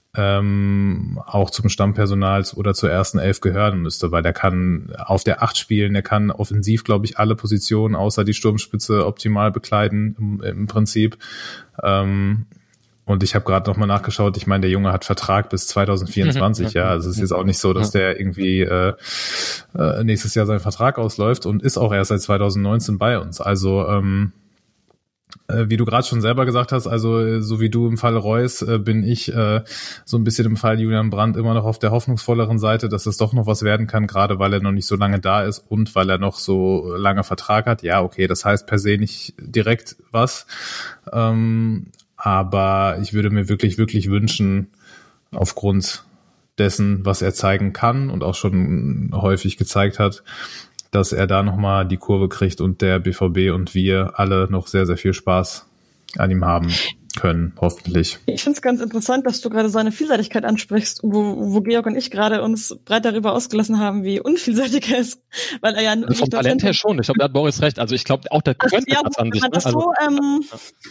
ähm, auch zum Stammpersonal oder zur ersten Elf gehören müsste, weil der kann auf der Acht spielen, der kann offensiv, glaube ich, alle Positionen außer die Sturmspitze optimal bekleiden im, im Prinzip. Ähm, und ich habe gerade nochmal nachgeschaut, ich meine, der Junge hat Vertrag bis zwanzig vierundzwanzig, ja, also es ist jetzt auch nicht so, dass der irgendwie äh, äh, nächstes Jahr sein Vertrag ausläuft und ist auch erst seit zwanzig neunzehn bei uns, also ähm, wie du gerade schon selber gesagt hast, also so wie du im Fall Reus, äh, bin ich äh, so ein bisschen im Fall Julian Brandt immer noch auf der hoffnungsvolleren Seite, dass es doch noch was werden kann, gerade weil er noch nicht so lange da ist und weil er noch so lange Vertrag hat. Ja, okay, das heißt per se nicht direkt was, ähm, aber ich würde mir wirklich, wirklich wünschen, aufgrund dessen, was er zeigen kann und auch schon häufig gezeigt hat, dass er da nochmal die Kurve kriegt und der B V B und wir alle noch sehr, sehr viel Spaß an ihm haben können, hoffentlich. Ich finde es ganz interessant, dass du gerade seine Vielseitigkeit ansprichst, wo, wo Georg und ich gerade uns breit darüber ausgelassen haben, wie unvielseitig er ist, weil er ja also vom Talent her schon. Ich glaube, da hat Boris recht. Also ich glaube, auch der könnte ja, das an sich. Wenn man das ne? so, also, ähm,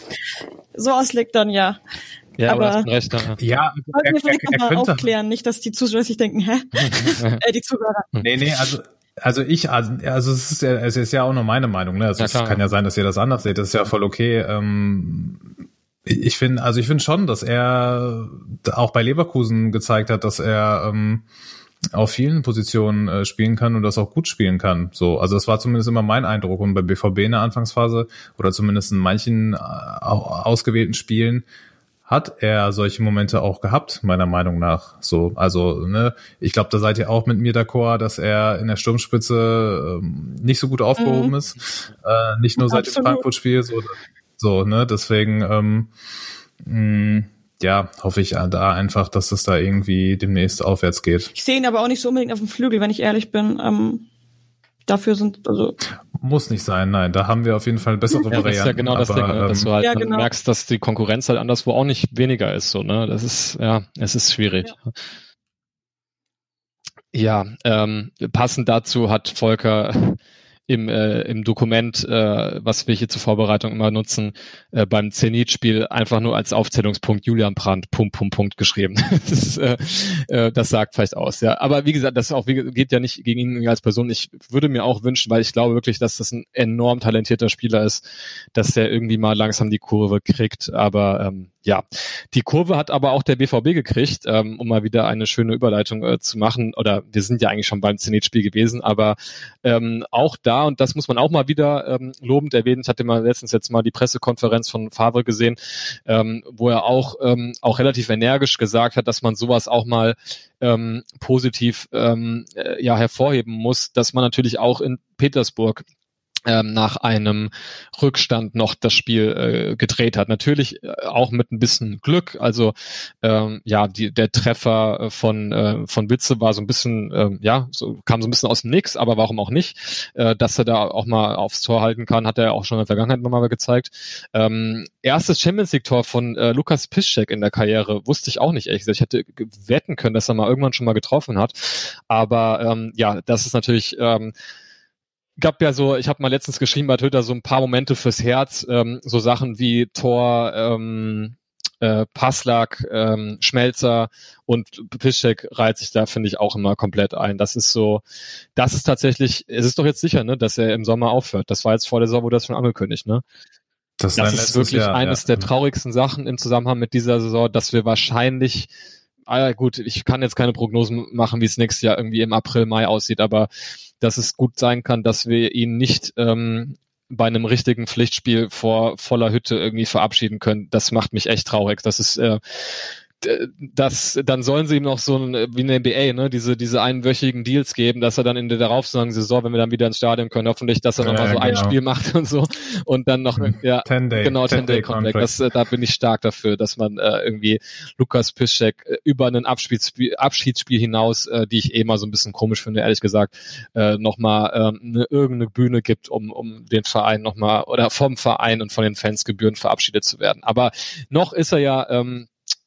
so auslegt, dann ja. Ja, aber, aber hast recht. Ja, ja sollten wir vielleicht nochmal aufklären, nicht, dass die Zuschauer sich denken, hä? äh, die Zuhörer. Nee, nee, also Also ich, also, also es ist ja, es ist ja auch nur meine Meinung, ne? Also ja, es kann ja sein, dass ihr das anders seht, das ist ja voll okay. Ähm, ich finde, also ich finde schon, dass er auch bei Leverkusen gezeigt hat, dass er ähm, auf vielen Positionen äh, spielen kann und das auch gut spielen kann. So, also das war zumindest immer mein Eindruck. Und bei B V B in der Anfangsphase oder zumindest in manchen äh, ausgewählten Spielen hat er solche Momente auch gehabt, meiner Meinung nach. So, also, ne, ich glaube, da seid ihr auch mit mir d'accord, dass er in der Sturmspitze ähm, nicht so gut aufgehoben mhm. ist. Äh, nicht nur seit Absolut. dem Frankfurt-Spiel, so, so, ne, deswegen, ähm, mh, ja, hoffe ich da einfach, dass es da irgendwie demnächst aufwärts geht. Ich sehe ihn aber auch nicht so unbedingt auf dem Flügel, wenn ich ehrlich bin. Ähm Dafür sind, also. Muss nicht sein, nein. Da haben wir auf jeden Fall bessere ja, Varianten. Das ist ja genau das aber, Ding, ne? dass du halt ja, genau. merkst, dass die Konkurrenz halt anderswo auch nicht weniger ist, so, ne? Das ist, ja, es ist schwierig. Ja, ja ähm, passend dazu hat Volker im, äh, im Dokument, äh, was wir hier zur Vorbereitung immer nutzen, äh, beim Zenit-Spiel einfach nur als Aufzählungspunkt Julian Brandt, Punkt, Punkt, Punkt geschrieben. das, ist, äh, äh, das sagt vielleicht aus, ja. Aber wie gesagt, das auch wie, geht ja nicht gegen ihn als Person. Ich würde mir auch wünschen, weil ich glaube wirklich, dass das ein enorm talentierter Spieler ist, dass der irgendwie mal langsam die Kurve kriegt. Aber ähm, ja, die Kurve hat aber auch der B V B gekriegt, ähm, um mal wieder eine schöne Überleitung äh, zu machen. Oder wir sind ja eigentlich schon beim Zenit-Spiel gewesen, aber ähm, auch da, und das muss man auch mal wieder ähm, lobend erwähnen, ich hatte mal letztens jetzt mal die Pressekonferenz von Favre gesehen, ähm, wo er auch ähm, auch relativ energisch gesagt hat, dass man sowas auch mal ähm, positiv ähm, äh, ja hervorheben muss, dass man natürlich auch in Petersburg Ähm, nach einem Rückstand noch das Spiel äh, gedreht hat. Natürlich äh, auch mit ein bisschen Glück. Also ähm, ja, die, der Treffer von äh, von Witze war so ein bisschen, äh, ja, so kam so ein bisschen aus dem Nix, aber warum auch nicht? Äh, dass er da auch mal aufs Tor halten kann, hat er auch schon in der Vergangenheit nochmal gezeigt. Ähm, erstes Champions League-Tor von äh, Lukas Piszczek in der Karriere, wusste ich auch nicht, ehrlich gesagt. Ich hätte wetten können, dass er mal irgendwann schon mal getroffen hat. Aber ähm, ja, das ist natürlich ähm, gab ja so, ich habe mal letztens geschrieben bei Twitter, so ein paar Momente fürs Herz, ähm, so Sachen wie Tor, ähm, äh, Passlack, ähm, Schmelzer und Piszczek reiht sich da, finde ich, auch immer komplett ein. Das ist so, das ist tatsächlich, es ist doch jetzt sicher, ne, dass er im Sommer aufhört. Das war jetzt vor der Saison, wurde das schon angekündigt, ne? Das, das ist wirklich Jahr, eines ja. der traurigsten Sachen im Zusammenhang mit dieser Saison, dass wir wahrscheinlich, ah, gut, ich kann jetzt keine Prognosen machen, wie es nächstes Jahr irgendwie im April, Mai aussieht, aber dass es gut sein kann, dass wir ihn nicht ähm, bei einem richtigen Pflichtspiel vor voller Hütte irgendwie verabschieden können. Das macht mich echt traurig. Das ist äh, das, dann sollen sie ihm noch so ein, wie eine N B A, ne, diese, diese einwöchigen Deals geben, dass er dann in der darauffolgenden Saison, wenn wir dann wieder ins Stadion können, hoffentlich, dass er ja, nochmal so genau. ein Spiel macht und so und dann noch, ja, ten Day, genau, ten Day Contract. Das, da bin ich stark dafür, dass man äh, irgendwie Lukas Piszczek äh, über einen Abschiedsspiel, Abschiedsspiel hinaus, äh, die ich eh mal so ein bisschen komisch finde, ehrlich gesagt, äh, nochmal ähm, eine, irgendeine Bühne gibt, um, um den Verein nochmal, oder vom Verein und von den Fans gebührend verabschiedet zu werden. Aber noch ist er ja, ähm,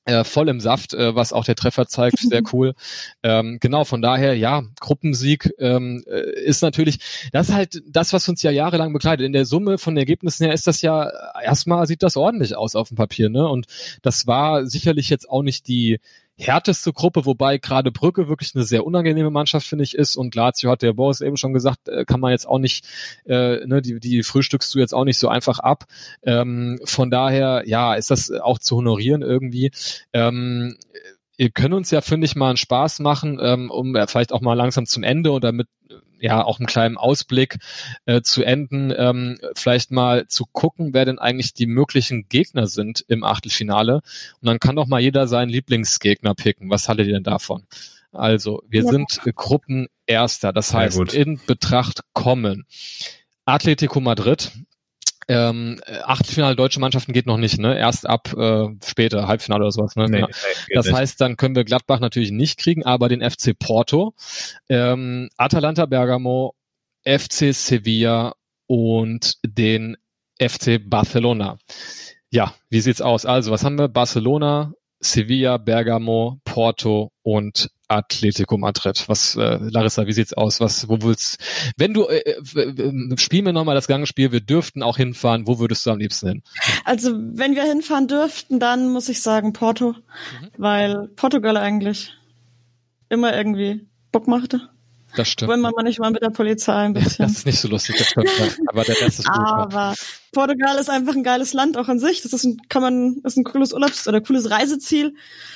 Äh, voll im Saft, äh, was auch der Treffer zeigt, sehr cool. Ähm, genau, von daher, ja, Gruppensieg ähm, äh, ist natürlich, das ist halt das, was uns ja jahrelang begleitet. In der Summe von den Ergebnissen her ist das ja, erstmal sieht das ordentlich aus auf dem Papier, ne? Und das war sicherlich jetzt auch nicht die härteste Gruppe, wobei gerade Brügge wirklich eine sehr unangenehme Mannschaft, finde ich, ist, und Lazio hat der Boris eben schon gesagt, äh, kann man jetzt auch nicht, äh, ne, die, die frühstückst du jetzt auch nicht so einfach ab. Ähm, von daher, ja, ist das auch zu honorieren irgendwie. Ähm, ihr könnt uns ja, finde ich, mal einen Spaß machen, ähm, um äh, vielleicht auch mal langsam zum Ende und damit ja auch einen kleinen Ausblick äh, zu enden, ähm, vielleicht mal zu gucken, wer denn eigentlich die möglichen Gegner sind im Achtelfinale. Und dann kann doch mal jeder seinen Lieblingsgegner picken. Was haltet ihr denn davon? Also, wir ja. sind äh, Gruppenerster. Das heißt, in Betracht kommen Atletico Madrid. Ähm, Achtelfinale deutsche Mannschaften geht noch nicht, ne? Erst ab äh, später, Halbfinale oder sowas, ne? Nee, ja. nee, das nicht. heißt, dann können wir Gladbach natürlich nicht kriegen, aber den F C Porto, ähm, Atalanta Bergamo, F C Sevilla und den F C Barcelona. Ja, wie sieht's aus? Also, was haben wir? Barcelona, Sevilla, Bergamo, Porto und Atletico Madrid. Was, äh, Larissa, wie sieht's aus? Was, wo willst, wenn du, äh, äh, spiel mir nochmal das Gangspiel, wir dürften auch hinfahren, wo würdest du am liebsten hin? Also, wenn wir hinfahren dürften, dann muss ich sagen Porto, mhm. weil Portugal eigentlich immer irgendwie Bock machte. Das stimmt. Wollen wir mal nicht mal mit der Polizei ein bisschen. Das ist nicht so lustig, das stimmt. Aber der Rest ist gut. Aber Portugal ist einfach ein geiles Land auch an sich. Das ist ein, kann man, ist ein cooles Urlaubs- oder cooles Reiseziel.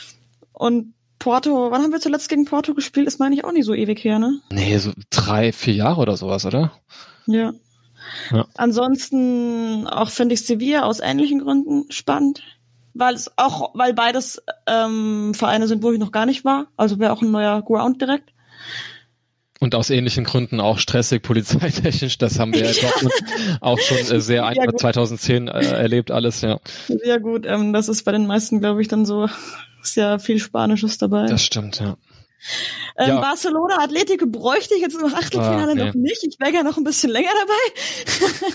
Und Porto, wann haben wir zuletzt gegen Porto gespielt? Ist, meine ich, auch nicht so ewig her, ne? Nee, so drei, vier Jahre oder sowas, oder? Ja. ja. Ansonsten auch finde ich Sevilla aus ähnlichen Gründen spannend. Weil es auch, weil beides ähm, Vereine sind, wo ich noch gar nicht war. Also wäre auch ein neuer Ground direkt. Und aus ähnlichen Gründen auch stressig, polizeitechnisch. Das haben wir ja, ja auch schon äh, sehr ja, ein, zweitausendzehn äh, erlebt alles, ja. Sehr gut. Ähm, das ist bei den meisten, glaube ich, dann so, ist ja viel Spanisches dabei. Das stimmt, ja. Ähm, ja. Barcelona, Atletico bräuchte ich jetzt noch Achtelfinale ah, nee. noch nicht. Ich wäre gerne noch ein bisschen länger dabei.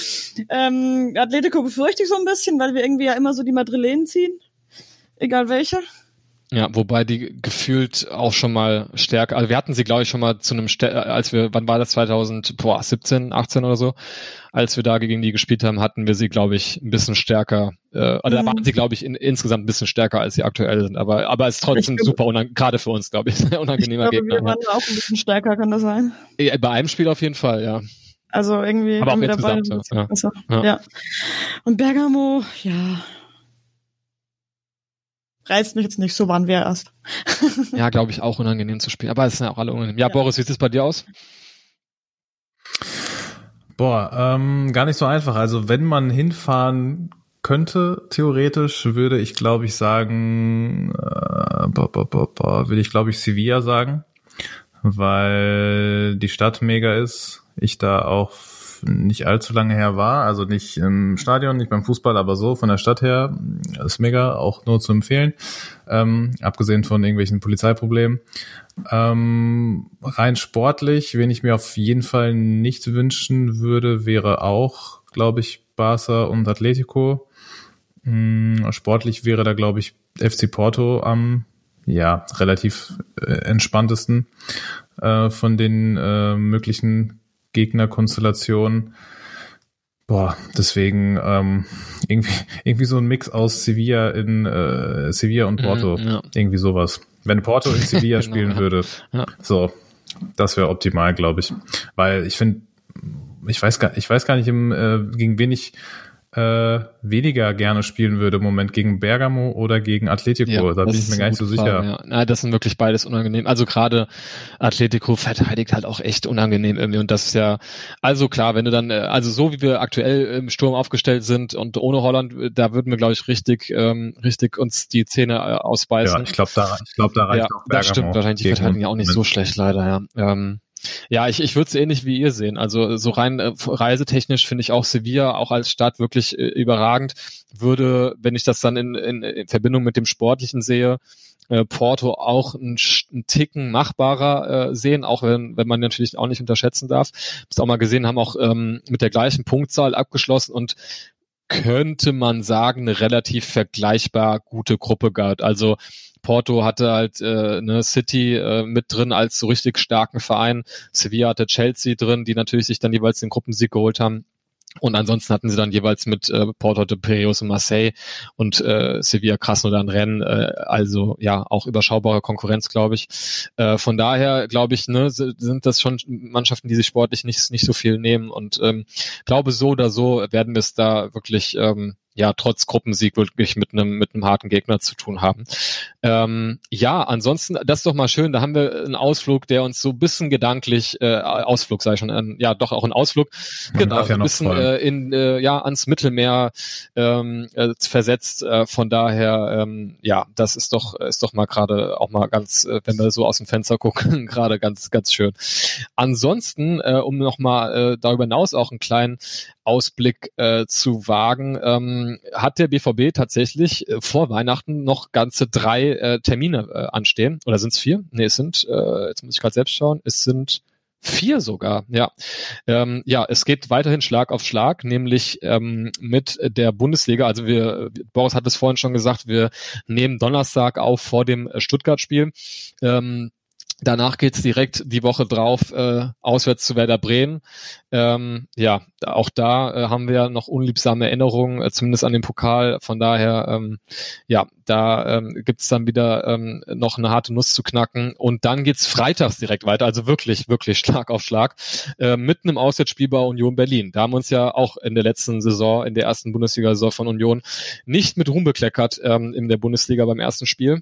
ähm, Atletico befürchte ich so ein bisschen, weil wir irgendwie ja immer so die Madrilenen ziehen. Egal welche. Ja, wobei die gefühlt auch schon mal stärker, also wir hatten sie, glaube ich, schon mal zu einem, St- als wir, wann war das, zweitausendsiebzehn, achtzehn oder so, als wir da gegen die gespielt haben, hatten wir sie, glaube ich, ein bisschen stärker, äh, oder mhm. da waren sie, glaube ich, in, insgesamt ein bisschen stärker, als sie aktuell sind, aber aber es ist trotzdem ich super unangenehm, gerade für uns, glaube ich, sehr unangenehmer ich glaube, Gegner. Wir waren auch ein bisschen stärker, kann das sein? Ja, bei einem Spiel auf jeden Fall, ja. Also irgendwie, aber auch wir dabei ja. Ja. ja. Und Bergamo, ja, reizt mich jetzt nicht, so waren wir erst. Ja, glaube ich, auch unangenehm zu spielen. Aber es sind ja auch alle unangenehm. Ja, ja. Boris, wie sieht es bei dir aus? Boah, ähm, gar nicht so einfach. Also wenn man hinfahren könnte, theoretisch, würde ich, glaube ich, sagen, äh, boah, boah, boah, boah, würde ich, glaube ich, Sevilla sagen, weil die Stadt mega ist. Ich da auch nicht allzu lange her war, also nicht im Stadion, nicht beim Fußball, aber so von der Stadt her, ist mega, auch nur zu empfehlen, ähm, abgesehen von irgendwelchen Polizeiproblemen. Ähm, rein sportlich, wen ich mir auf jeden Fall nicht wünschen würde, wäre auch, glaube ich, Barca und Atletico. Ähm, sportlich wäre da, glaube ich, F C Porto am, ja, relativ äh, entspanntesten äh, von den äh, möglichen Gegnerkonstellation. Boah, deswegen ähm, irgendwie irgendwie so ein Mix aus Sevilla in äh, Sevilla und Porto, mhm, ja. irgendwie sowas. Wenn Porto in Sevilla genau, spielen ja. würde, ja. so, das wäre optimal, glaube ich, weil ich finde, ich weiß gar, ich weiß gar nicht, im, äh, gegen wen ich äh, weniger gerne spielen würde im Moment, gegen Bergamo oder gegen Atletico, ja, da bin ich mir gar nicht so sicher. Frage, ja. Na, das sind wirklich beides unangenehm. Also gerade Atletico verteidigt halt auch echt unangenehm irgendwie und das ist ja, also klar, wenn du dann, also so wie wir aktuell im Sturm aufgestellt sind und ohne Holland, da würden wir, glaube ich, richtig ähm, richtig uns die Zähne ausbeißen. Ja, ich glaube, da, ich glaub, da reicht ja, auch Bergamo. Das stimmt, wahrscheinlich die verteidigen ja auch nicht so schlecht, leider, ja. Ähm, Ja, ich, ich würde es ähnlich wie ihr sehen. Also so rein äh, reisetechnisch finde ich auch Sevilla auch als Stadt wirklich äh, überragend. Würde, wenn ich das dann in, in, in Verbindung mit dem Sportlichen sehe, äh, Porto auch einen, einen Ticken machbarer äh, sehen, auch wenn, wenn man natürlich auch nicht unterschätzen darf. Hab's auch mal gesehen, haben auch ähm, mit der gleichen Punktzahl abgeschlossen und könnte man sagen, eine relativ vergleichbar gute Gruppe gehabt. Also Porto hatte halt äh, ne City äh, mit drin als so richtig starken Verein. Sevilla hatte Chelsea drin, die natürlich sich dann jeweils den Gruppensieg geholt haben. Und ansonsten hatten sie dann jeweils mit äh, Porto de Piraeus und Marseille und äh, Sevilla Krasnodar und Rennes, äh, also ja auch überschaubare Konkurrenz, glaube ich. Äh, von daher glaube ich, ne, sind das schon Mannschaften, die sich sportlich nicht nicht so viel nehmen und ähm, glaube so oder so werden wir es da wirklich ähm, ja trotz Gruppensieg wirklich mit einem mit einem harten Gegner zu tun haben. Ähm, ja, ansonsten, das ist doch mal schön, da haben wir einen Ausflug, der uns so ein bisschen gedanklich, äh, Ausflug sei schon, ähm, ja doch auch ein Ausflug, Man genau, darf ja ein noch bisschen träumen. äh, in äh, ja ans Mittelmeer ähm, äh, versetzt, äh, von daher, ähm, ja, das ist doch ist doch mal gerade auch mal ganz, äh, wenn wir so aus dem Fenster gucken, gerade ganz ganz schön. Ansonsten, äh, um nochmal äh, darüber hinaus auch einen kleinen Ausblick äh, zu wagen, ähm, hat der B V B tatsächlich äh, vor Weihnachten noch ganze drei äh, Termine äh, anstehen. Oder sind es vier? Nee, es sind, äh, jetzt muss ich gerade selbst schauen, es sind vier sogar, ja. Ähm, ja, es geht weiterhin Schlag auf Schlag, nämlich ähm, mit der Bundesliga. Also wir, Boris hat es vorhin schon gesagt, wir nehmen Donnerstag auf vor dem Stuttgart-Spiel. Ähm, Danach geht's direkt die Woche drauf äh, auswärts zu Werder Bremen. Ähm, ja, auch da äh, haben wir noch unliebsame Erinnerungen, äh, zumindest an den Pokal. Von daher, ähm, ja, da ähm, gibt's dann wieder ähm, noch eine harte Nuss zu knacken. Und dann geht's freitags direkt weiter, also wirklich, wirklich Schlag auf Schlag, äh, mit einem Auswärtsspiel bei Union Berlin. Da haben wir uns ja auch in der letzten Saison, in der ersten Bundesliga-Saison von Union, nicht mit Ruhm bekleckert ähm, in der Bundesliga beim ersten Spiel.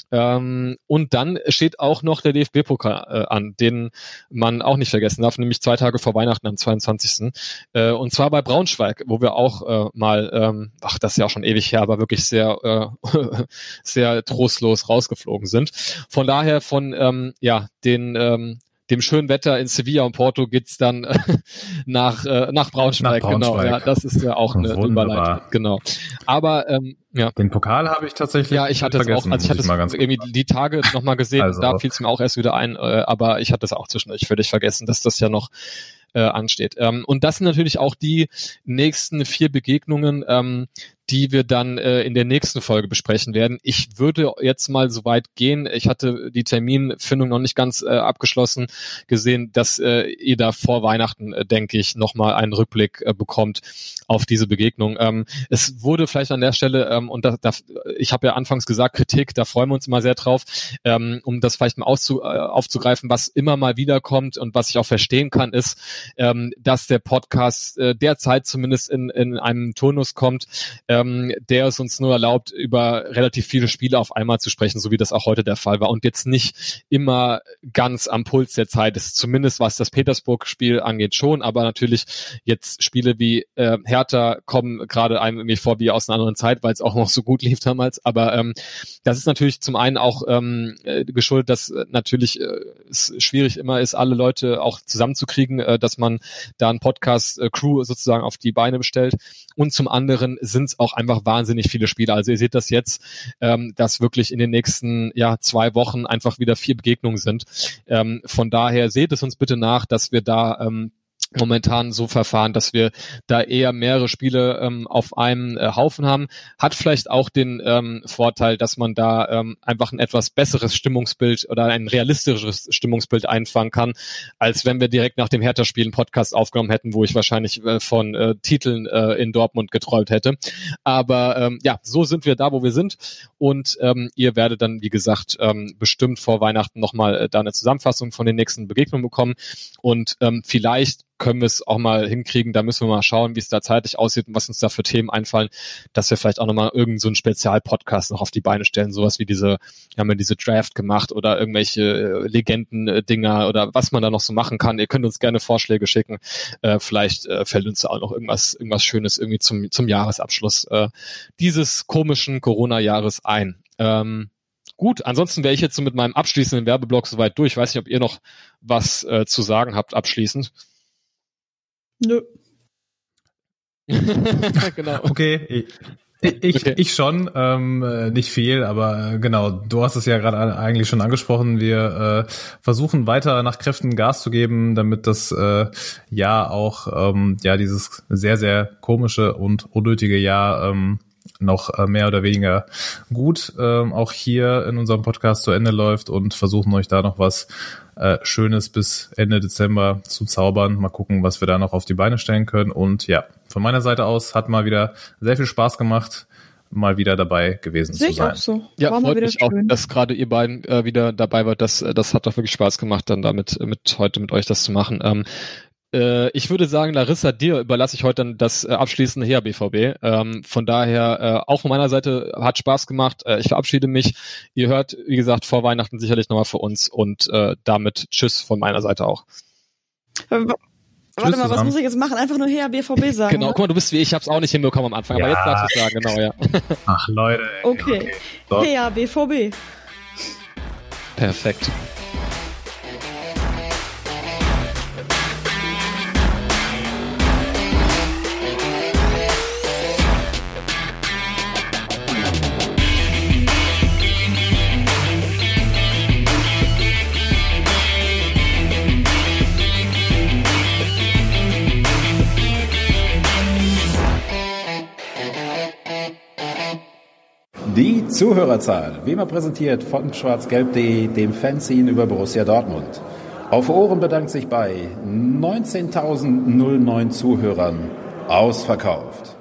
Ähm, und dann steht auch noch der D F B-Pokal äh, an, den man auch nicht vergessen darf, nämlich zwei Tage vor Weihnachten am zweiundzwanzigsten Äh, und zwar bei Braunschweig, wo wir auch äh, mal, ähm, ach, das ist ja auch schon ewig her, aber wirklich sehr äh, sehr trostlos rausgeflogen sind. Von daher von ähm, ja den ähm, dem schönen Wetter in Sevilla und Porto geht's dann äh, nach äh, nach Braunschweig, Nach Braunschweig. Genau. Ja, das ist ja auch eine Wunderbar. Überleitung, genau. Aber ähm, ja. Den Pokal habe ich tatsächlich Ja, ich hatte es auch, also ich hatte es irgendwie die Tage nochmal gesehen, Also. da fiel es mir auch erst wieder ein, äh, aber ich hatte es auch zwischendurch völlig vergessen, dass das ja noch äh, ansteht. Ähm, und das sind natürlich auch die nächsten vier Begegnungen, ähm, die wir dann äh, in der nächsten Folge besprechen werden. Ich würde jetzt mal so weit gehen. Ich hatte die Terminfindung noch nicht ganz äh, abgeschlossen gesehen, dass äh, ihr da vor Weihnachten, äh, denke ich, nochmal einen Rückblick äh, bekommt auf diese Begegnung. Ähm, es wurde vielleicht an der Stelle, ähm, und da, da, ich habe ja anfangs gesagt, Kritik, da freuen wir uns immer sehr drauf, ähm, um das vielleicht mal auszu, äh, aufzugreifen, was immer mal wiederkommt und was ich auch verstehen kann, ist, ähm, dass der Podcast äh, derzeit zumindest in, in einem Turnus kommt, ähm, der es uns nur erlaubt, über relativ viele Spiele auf einmal zu sprechen, so wie das auch heute der Fall war und jetzt nicht immer ganz am Puls der Zeit ist, zumindest was das Petersburg-Spiel angeht schon, aber natürlich jetzt Spiele wie äh, Hertha kommen gerade einem irgendwie vor wie aus einer anderen Zeit, weil es auch noch so gut lief damals, aber ähm, das ist natürlich zum einen auch ähm, äh, geschuldet, dass äh, natürlich äh, es schwierig immer ist, alle Leute auch zusammenzukriegen, äh, dass man da einen Podcast-Crew sozusagen auf die Beine bestellt und zum anderen sind es auch einfach wahnsinnig viele Spiele. Also ihr seht das jetzt, ähm, dass wirklich in den nächsten ja zwei Wochen einfach wieder vier Begegnungen sind. Ähm, von daher seht es uns bitte nach, dass wir da ähm, momentan so verfahren, dass wir da eher mehrere Spiele ähm, auf einem äh, Haufen haben. Hat vielleicht auch den ähm, Vorteil, dass man da ähm, einfach ein etwas besseres Stimmungsbild oder ein realistischeres Stimmungsbild einfangen kann, als wenn wir direkt nach dem Hertha-Spiel einen Podcast aufgenommen hätten, wo ich wahrscheinlich äh, von äh, Titeln äh, in Dortmund geträumt hätte. Aber ähm, ja, so sind wir da, wo wir sind. Und ähm, ihr werdet dann, wie gesagt, ähm, bestimmt vor Weihnachten nochmal äh, da eine Zusammenfassung von den nächsten Begegnungen bekommen. Und ähm, vielleicht können wir es auch mal hinkriegen, da müssen wir mal schauen, wie es da zeitlich aussieht und was uns da für Themen einfallen, dass wir vielleicht auch nochmal irgendeinen so einen Spezialpodcast noch auf die Beine stellen, sowas wie diese, wir haben ja diese Draft gemacht oder irgendwelche äh, Legenden-Dinger oder was man da noch so machen kann. Ihr könnt uns gerne Vorschläge schicken, äh, vielleicht äh, fällt uns da auch noch irgendwas irgendwas Schönes irgendwie zum zum Jahresabschluss äh, dieses komischen Corona-Jahres ein. Ähm, Gut, ansonsten wäre ich jetzt so mit meinem abschließenden Werbeblock soweit durch. Ich weiß nicht, ob ihr noch was äh, zu sagen habt abschließend. Nö. Genau. Okay, ich, ich, okay. ich schon, ähm, nicht viel, aber äh, genau, du hast es ja gerade eigentlich schon angesprochen. Wir äh, versuchen weiter nach Kräften Gas zu geben, damit das äh, Jahr auch, ähm, ja, dieses sehr, sehr komische und unnötige Jahr ähm, noch äh, mehr oder weniger gut ähm, auch hier in unserem Podcast zu Ende läuft und versuchen euch da noch was äh, Schönes bis Ende Dezember zu zaubern. Mal gucken, was wir da noch auf die Beine stellen können. Und ja, von meiner Seite aus hat mal wieder sehr viel Spaß gemacht, mal wieder dabei gewesen Sehe zu sein. Ich auch so. Ja, War freut mich schön. auch, dass gerade ihr beiden äh, wieder dabei wart. Das, das hat doch wirklich Spaß gemacht, dann damit mit heute mit euch das zu machen. Ähm, äh, ich würde sagen, Larissa, dir überlasse ich heute dann das äh, abschließende Her B V B. Ähm, von daher, äh, auch von meiner Seite hat Spaß gemacht. Äh, ich verabschiede mich. Ihr hört, wie gesagt, vor Weihnachten sicherlich nochmal für uns und äh, damit Tschüss von meiner Seite auch. Warte Tschüss mal, was zusammen. muss ich jetzt machen? Einfach nur Her B V B sagen. Genau, ne? guck mal, du bist wie ich, ich hab's auch nicht hinbekommen am Anfang, Ja. aber jetzt darfst du es sagen, genau, ja. Ach Leute. Ey, Okay. So. Her B V B. Perfekt. Die Zuhörerzahl, wie immer präsentiert von schwarz-gelb punkt de, dem Fanzine über Borussia Dortmund. Auf Ohren bedankt sich bei neunzehntausendneun Zuhörern ausverkauft.